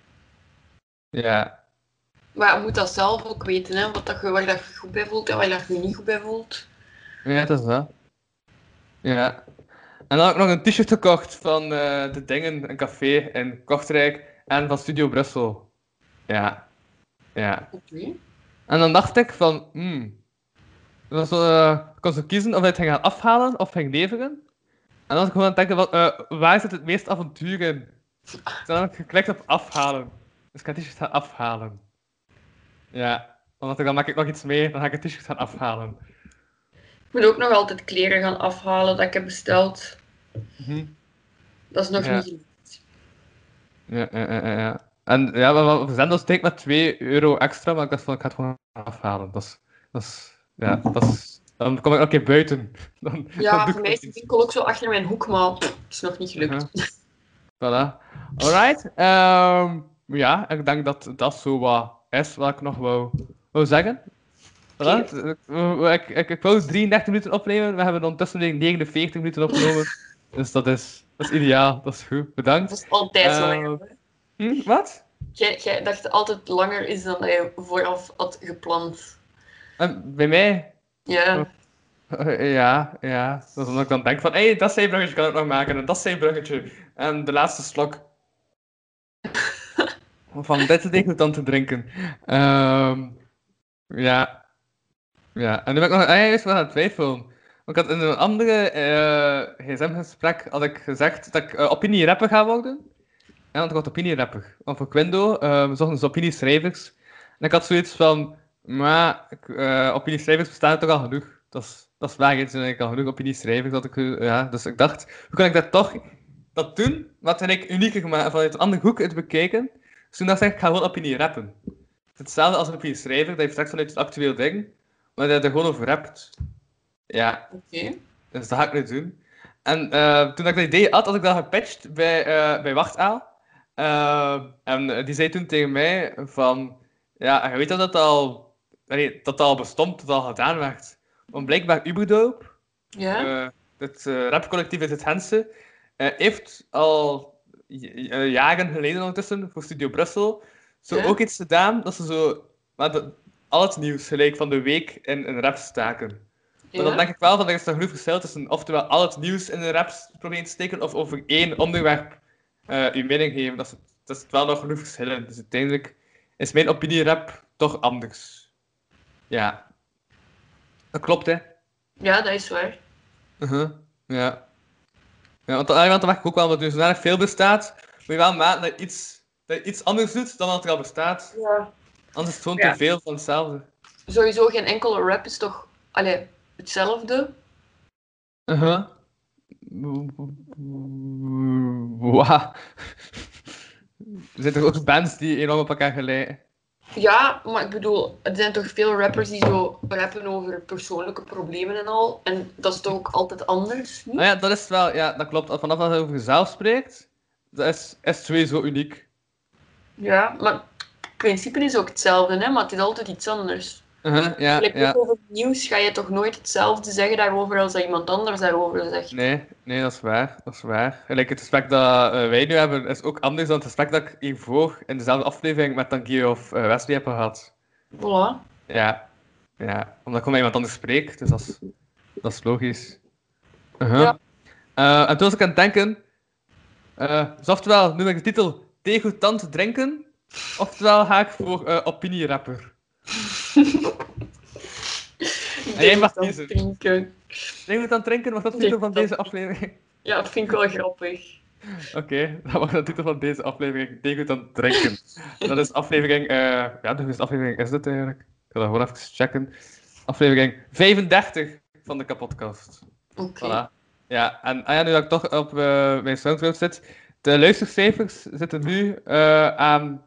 Ja. Maar je moet dat zelf ook weten, hè? Waar dat je goed bij voelt en waar dat je niet goed bij voelt. Ja, dat is dat. Ja. En dan heb ik nog een t-shirt gekocht van De Dingen, een café in Kortrijk, en van Studio Brussel. Ja. Oké. En dan dacht ik van, ik kon zo kiezen of ik het ging gaan afhalen of ging leveren. En dan was ik gewoon aan het denken van, waar zit het meest avontuur in? Dus dan heb ik geklikt op afhalen. Dus ik ga het t-shirt gaan afhalen. Ja, omdat dan maak ik nog iets mee, dan ga ik het t-shirt gaan afhalen. Ik moet ook nog altijd kleren gaan afhalen dat ik heb besteld. Dat is nog niet gelukt. Ja. En ja, we zijn dus steek met €2 extra, maar ik dacht van, ik ga het gewoon afhalen. Dan kom ik nog een keer buiten. Voor mij is de winkel ook zo achter mijn hoek, maar het is nog niet gelukt. Voilà. Alright. Ja, ik denk dat dat zo wat is wat ik nog wou zeggen. Voilà. Ik wou 33 minuten opnemen, we hebben ondertussen 49 minuten opgenomen. Dus dat is ideaal, dat is goed. Bedankt. Dat is altijd zo langer. Wat? Jij dacht altijd langer is dan dat je vooraf had gepland. Bij mij? Ja. Ja. Dat is omdat ik dan denk van, dat zijbruggetje kan ik nog maken, en dat zijbruggetje. En de laatste slok. Van dit degoutant te drinken. Ja. En nu ben ik nog eens aan het twijfelen. Ik had in een andere gsm-gesprek had ik gezegd dat ik opinie-rapper ga worden. En want ik was opinie-rapper. Want voor Quindo, we zochten dus opinieschrijvers. En ik had zoiets van, maar opinieschrijvers bestaan toch al genoeg. Dat is waar, er zijn eigenlijk al genoeg opinieschrijvers. Dus ik dacht, hoe kan ik dat toch doen? Wat heb ik unieker gemaakt, vanuit een andere hoek uit bekijken. Dus toen dacht ik ga gewoon opinie rappen. Het is hetzelfde als een opinieschrijver, dat je vertrekt vanuit het actueel ding, maar dat je er gewoon over rapt. Ja. Oké. Dus dat ga ik nu doen. En toen ik dat idee had ik dat gepatcht bij Wachtaal. En die zei toen tegen mij van, ja, je weet dat dat al bestond, dat al gedaan werd. Want blijkbaar Uberdope, het rapcollectief uit het Gentse, heeft al jaren geleden ondertussen voor Studio Brussel ook iets gedaan dat ze zo al het nieuws gelijk van de week in een rap staken. Maar dan denk ik wel dat er is een genoeg verschil tussen oftewel al het nieuws in een rap proberen te steken of over één onderwerp uw mening geven. Dat is wel nog genoeg verschillen. Dus uiteindelijk is mijn opinie-rap toch anders. Ja. Dat klopt, hè? Ja, dat is waar. Ja. Want dan merk ik ook wel dat er zo erg veel bestaat, moet je wel maken dat je iets anders doet dan wat er al bestaat. Ja. Anders is het gewoon te veel van hetzelfde. Sowieso geen enkele rap is toch hetzelfde? Wauw. Er zijn toch ook bands die enorm op elkaar gelijken? Ja, maar ik bedoel, er zijn toch veel rappers die zo rappen over persoonlijke problemen en al. En dat is toch ook altijd anders, niet? Ja, dat is wel, ja, dat klopt. Vanaf dat je over jezelf spreekt, dat is sowieso uniek. Ja, maar het principe is ook hetzelfde, hè, maar het is altijd iets anders. Ja. Over het nieuws ga je toch nooit hetzelfde zeggen daarover als dat iemand anders daarover zegt. Nee, dat is waar. Gelijk het gesprek dat wij nu hebben is ook anders dan het gesprek dat ik hiervoor in dezelfde aflevering met Tanguy of Wesley heb gehad. Voilà. Ja, omdat ik met iemand anders spreek, dus dat is logisch. Ja. En toen was ik aan het denken, dus oftewel noem ik de titel Degoutant drinken, oftewel ga ik voor opinie-rapper. En jij mag dan kiezen. drinken. Jij moet dan drinken, was dat de titel van deze aflevering? Ja, dat vind ik wel grappig. Oké, dat was de titel van deze aflevering. Tegen dan drinken. Dat is aflevering... de hoeveelste aflevering is dit eigenlijk? Ik ga dat gewoon even checken. Aflevering 35 van de kapotkast. Oké. Voilà. Ja, en nu dat ik toch op mijn Soundcloud zit, de luistercijfers zitten nu aan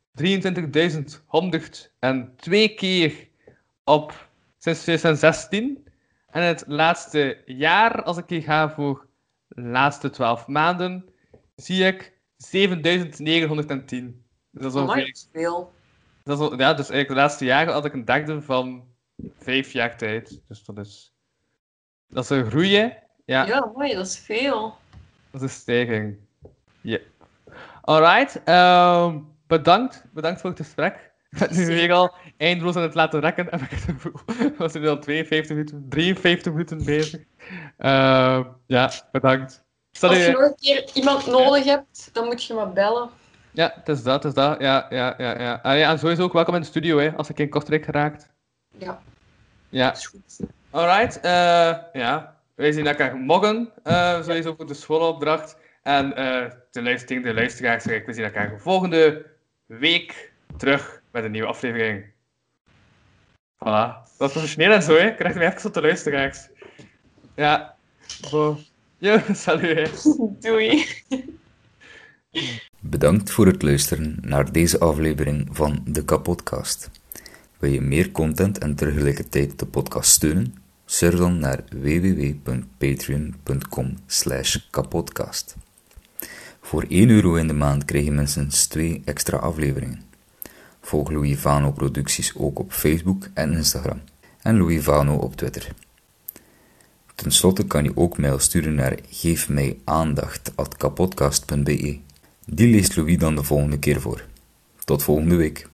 23.102 keer op sinds 2016. En het laatste jaar, als ik hier ga voor de laatste 12 maanden, zie ik 7.910. Dus dat is ongeveer... veel. Dat is, ja, dus eigenlijk de laatste jaren had ik een derde van 5 jaar tijd. Dus dat is een groei, hè? Ja, mooi, dat is veel. Dat is een stijging. Ja. Alright, bedankt voor het gesprek. Ik ben nu weer al eindeloos aan het laten rekken. En we zijn nu al 53 minuten bezig. Ja, bedankt. Als je nog een keer iemand nodig hebt, dan moet je maar bellen. Ja, het is dat. Ja. En sowieso ook welkom in de studio, hè, als ik in Kortrijk geraakt. Ja. Ja. Is goed. Alright, ja. Wij zien elkaar morgen, sowieso voor de schoolopdracht. En tegen de luisteraars zeg ik, we zien elkaar volgende week terug met een nieuwe aflevering. Voilà. Dat is professioneel en zo, hè. Ik krijg weer even tot de luisteraars. Ja. Yo, salut, hè. Doei. Bedankt voor het luisteren naar deze aflevering van de Kapodcast. Wil je meer content en tegelijkertijd de podcast steunen? Surf dan naar www.patreon.com/kapodcast. Voor €1 in de maand krijg je minstens 2 extra afleveringen. Volg Louis Vano producties ook op Facebook en Instagram. En Louis Vano op Twitter. Ten slotte kan je ook mail sturen naar geefmijaandacht@kapodcast.be. Die leest Louis dan de volgende keer voor. Tot volgende week.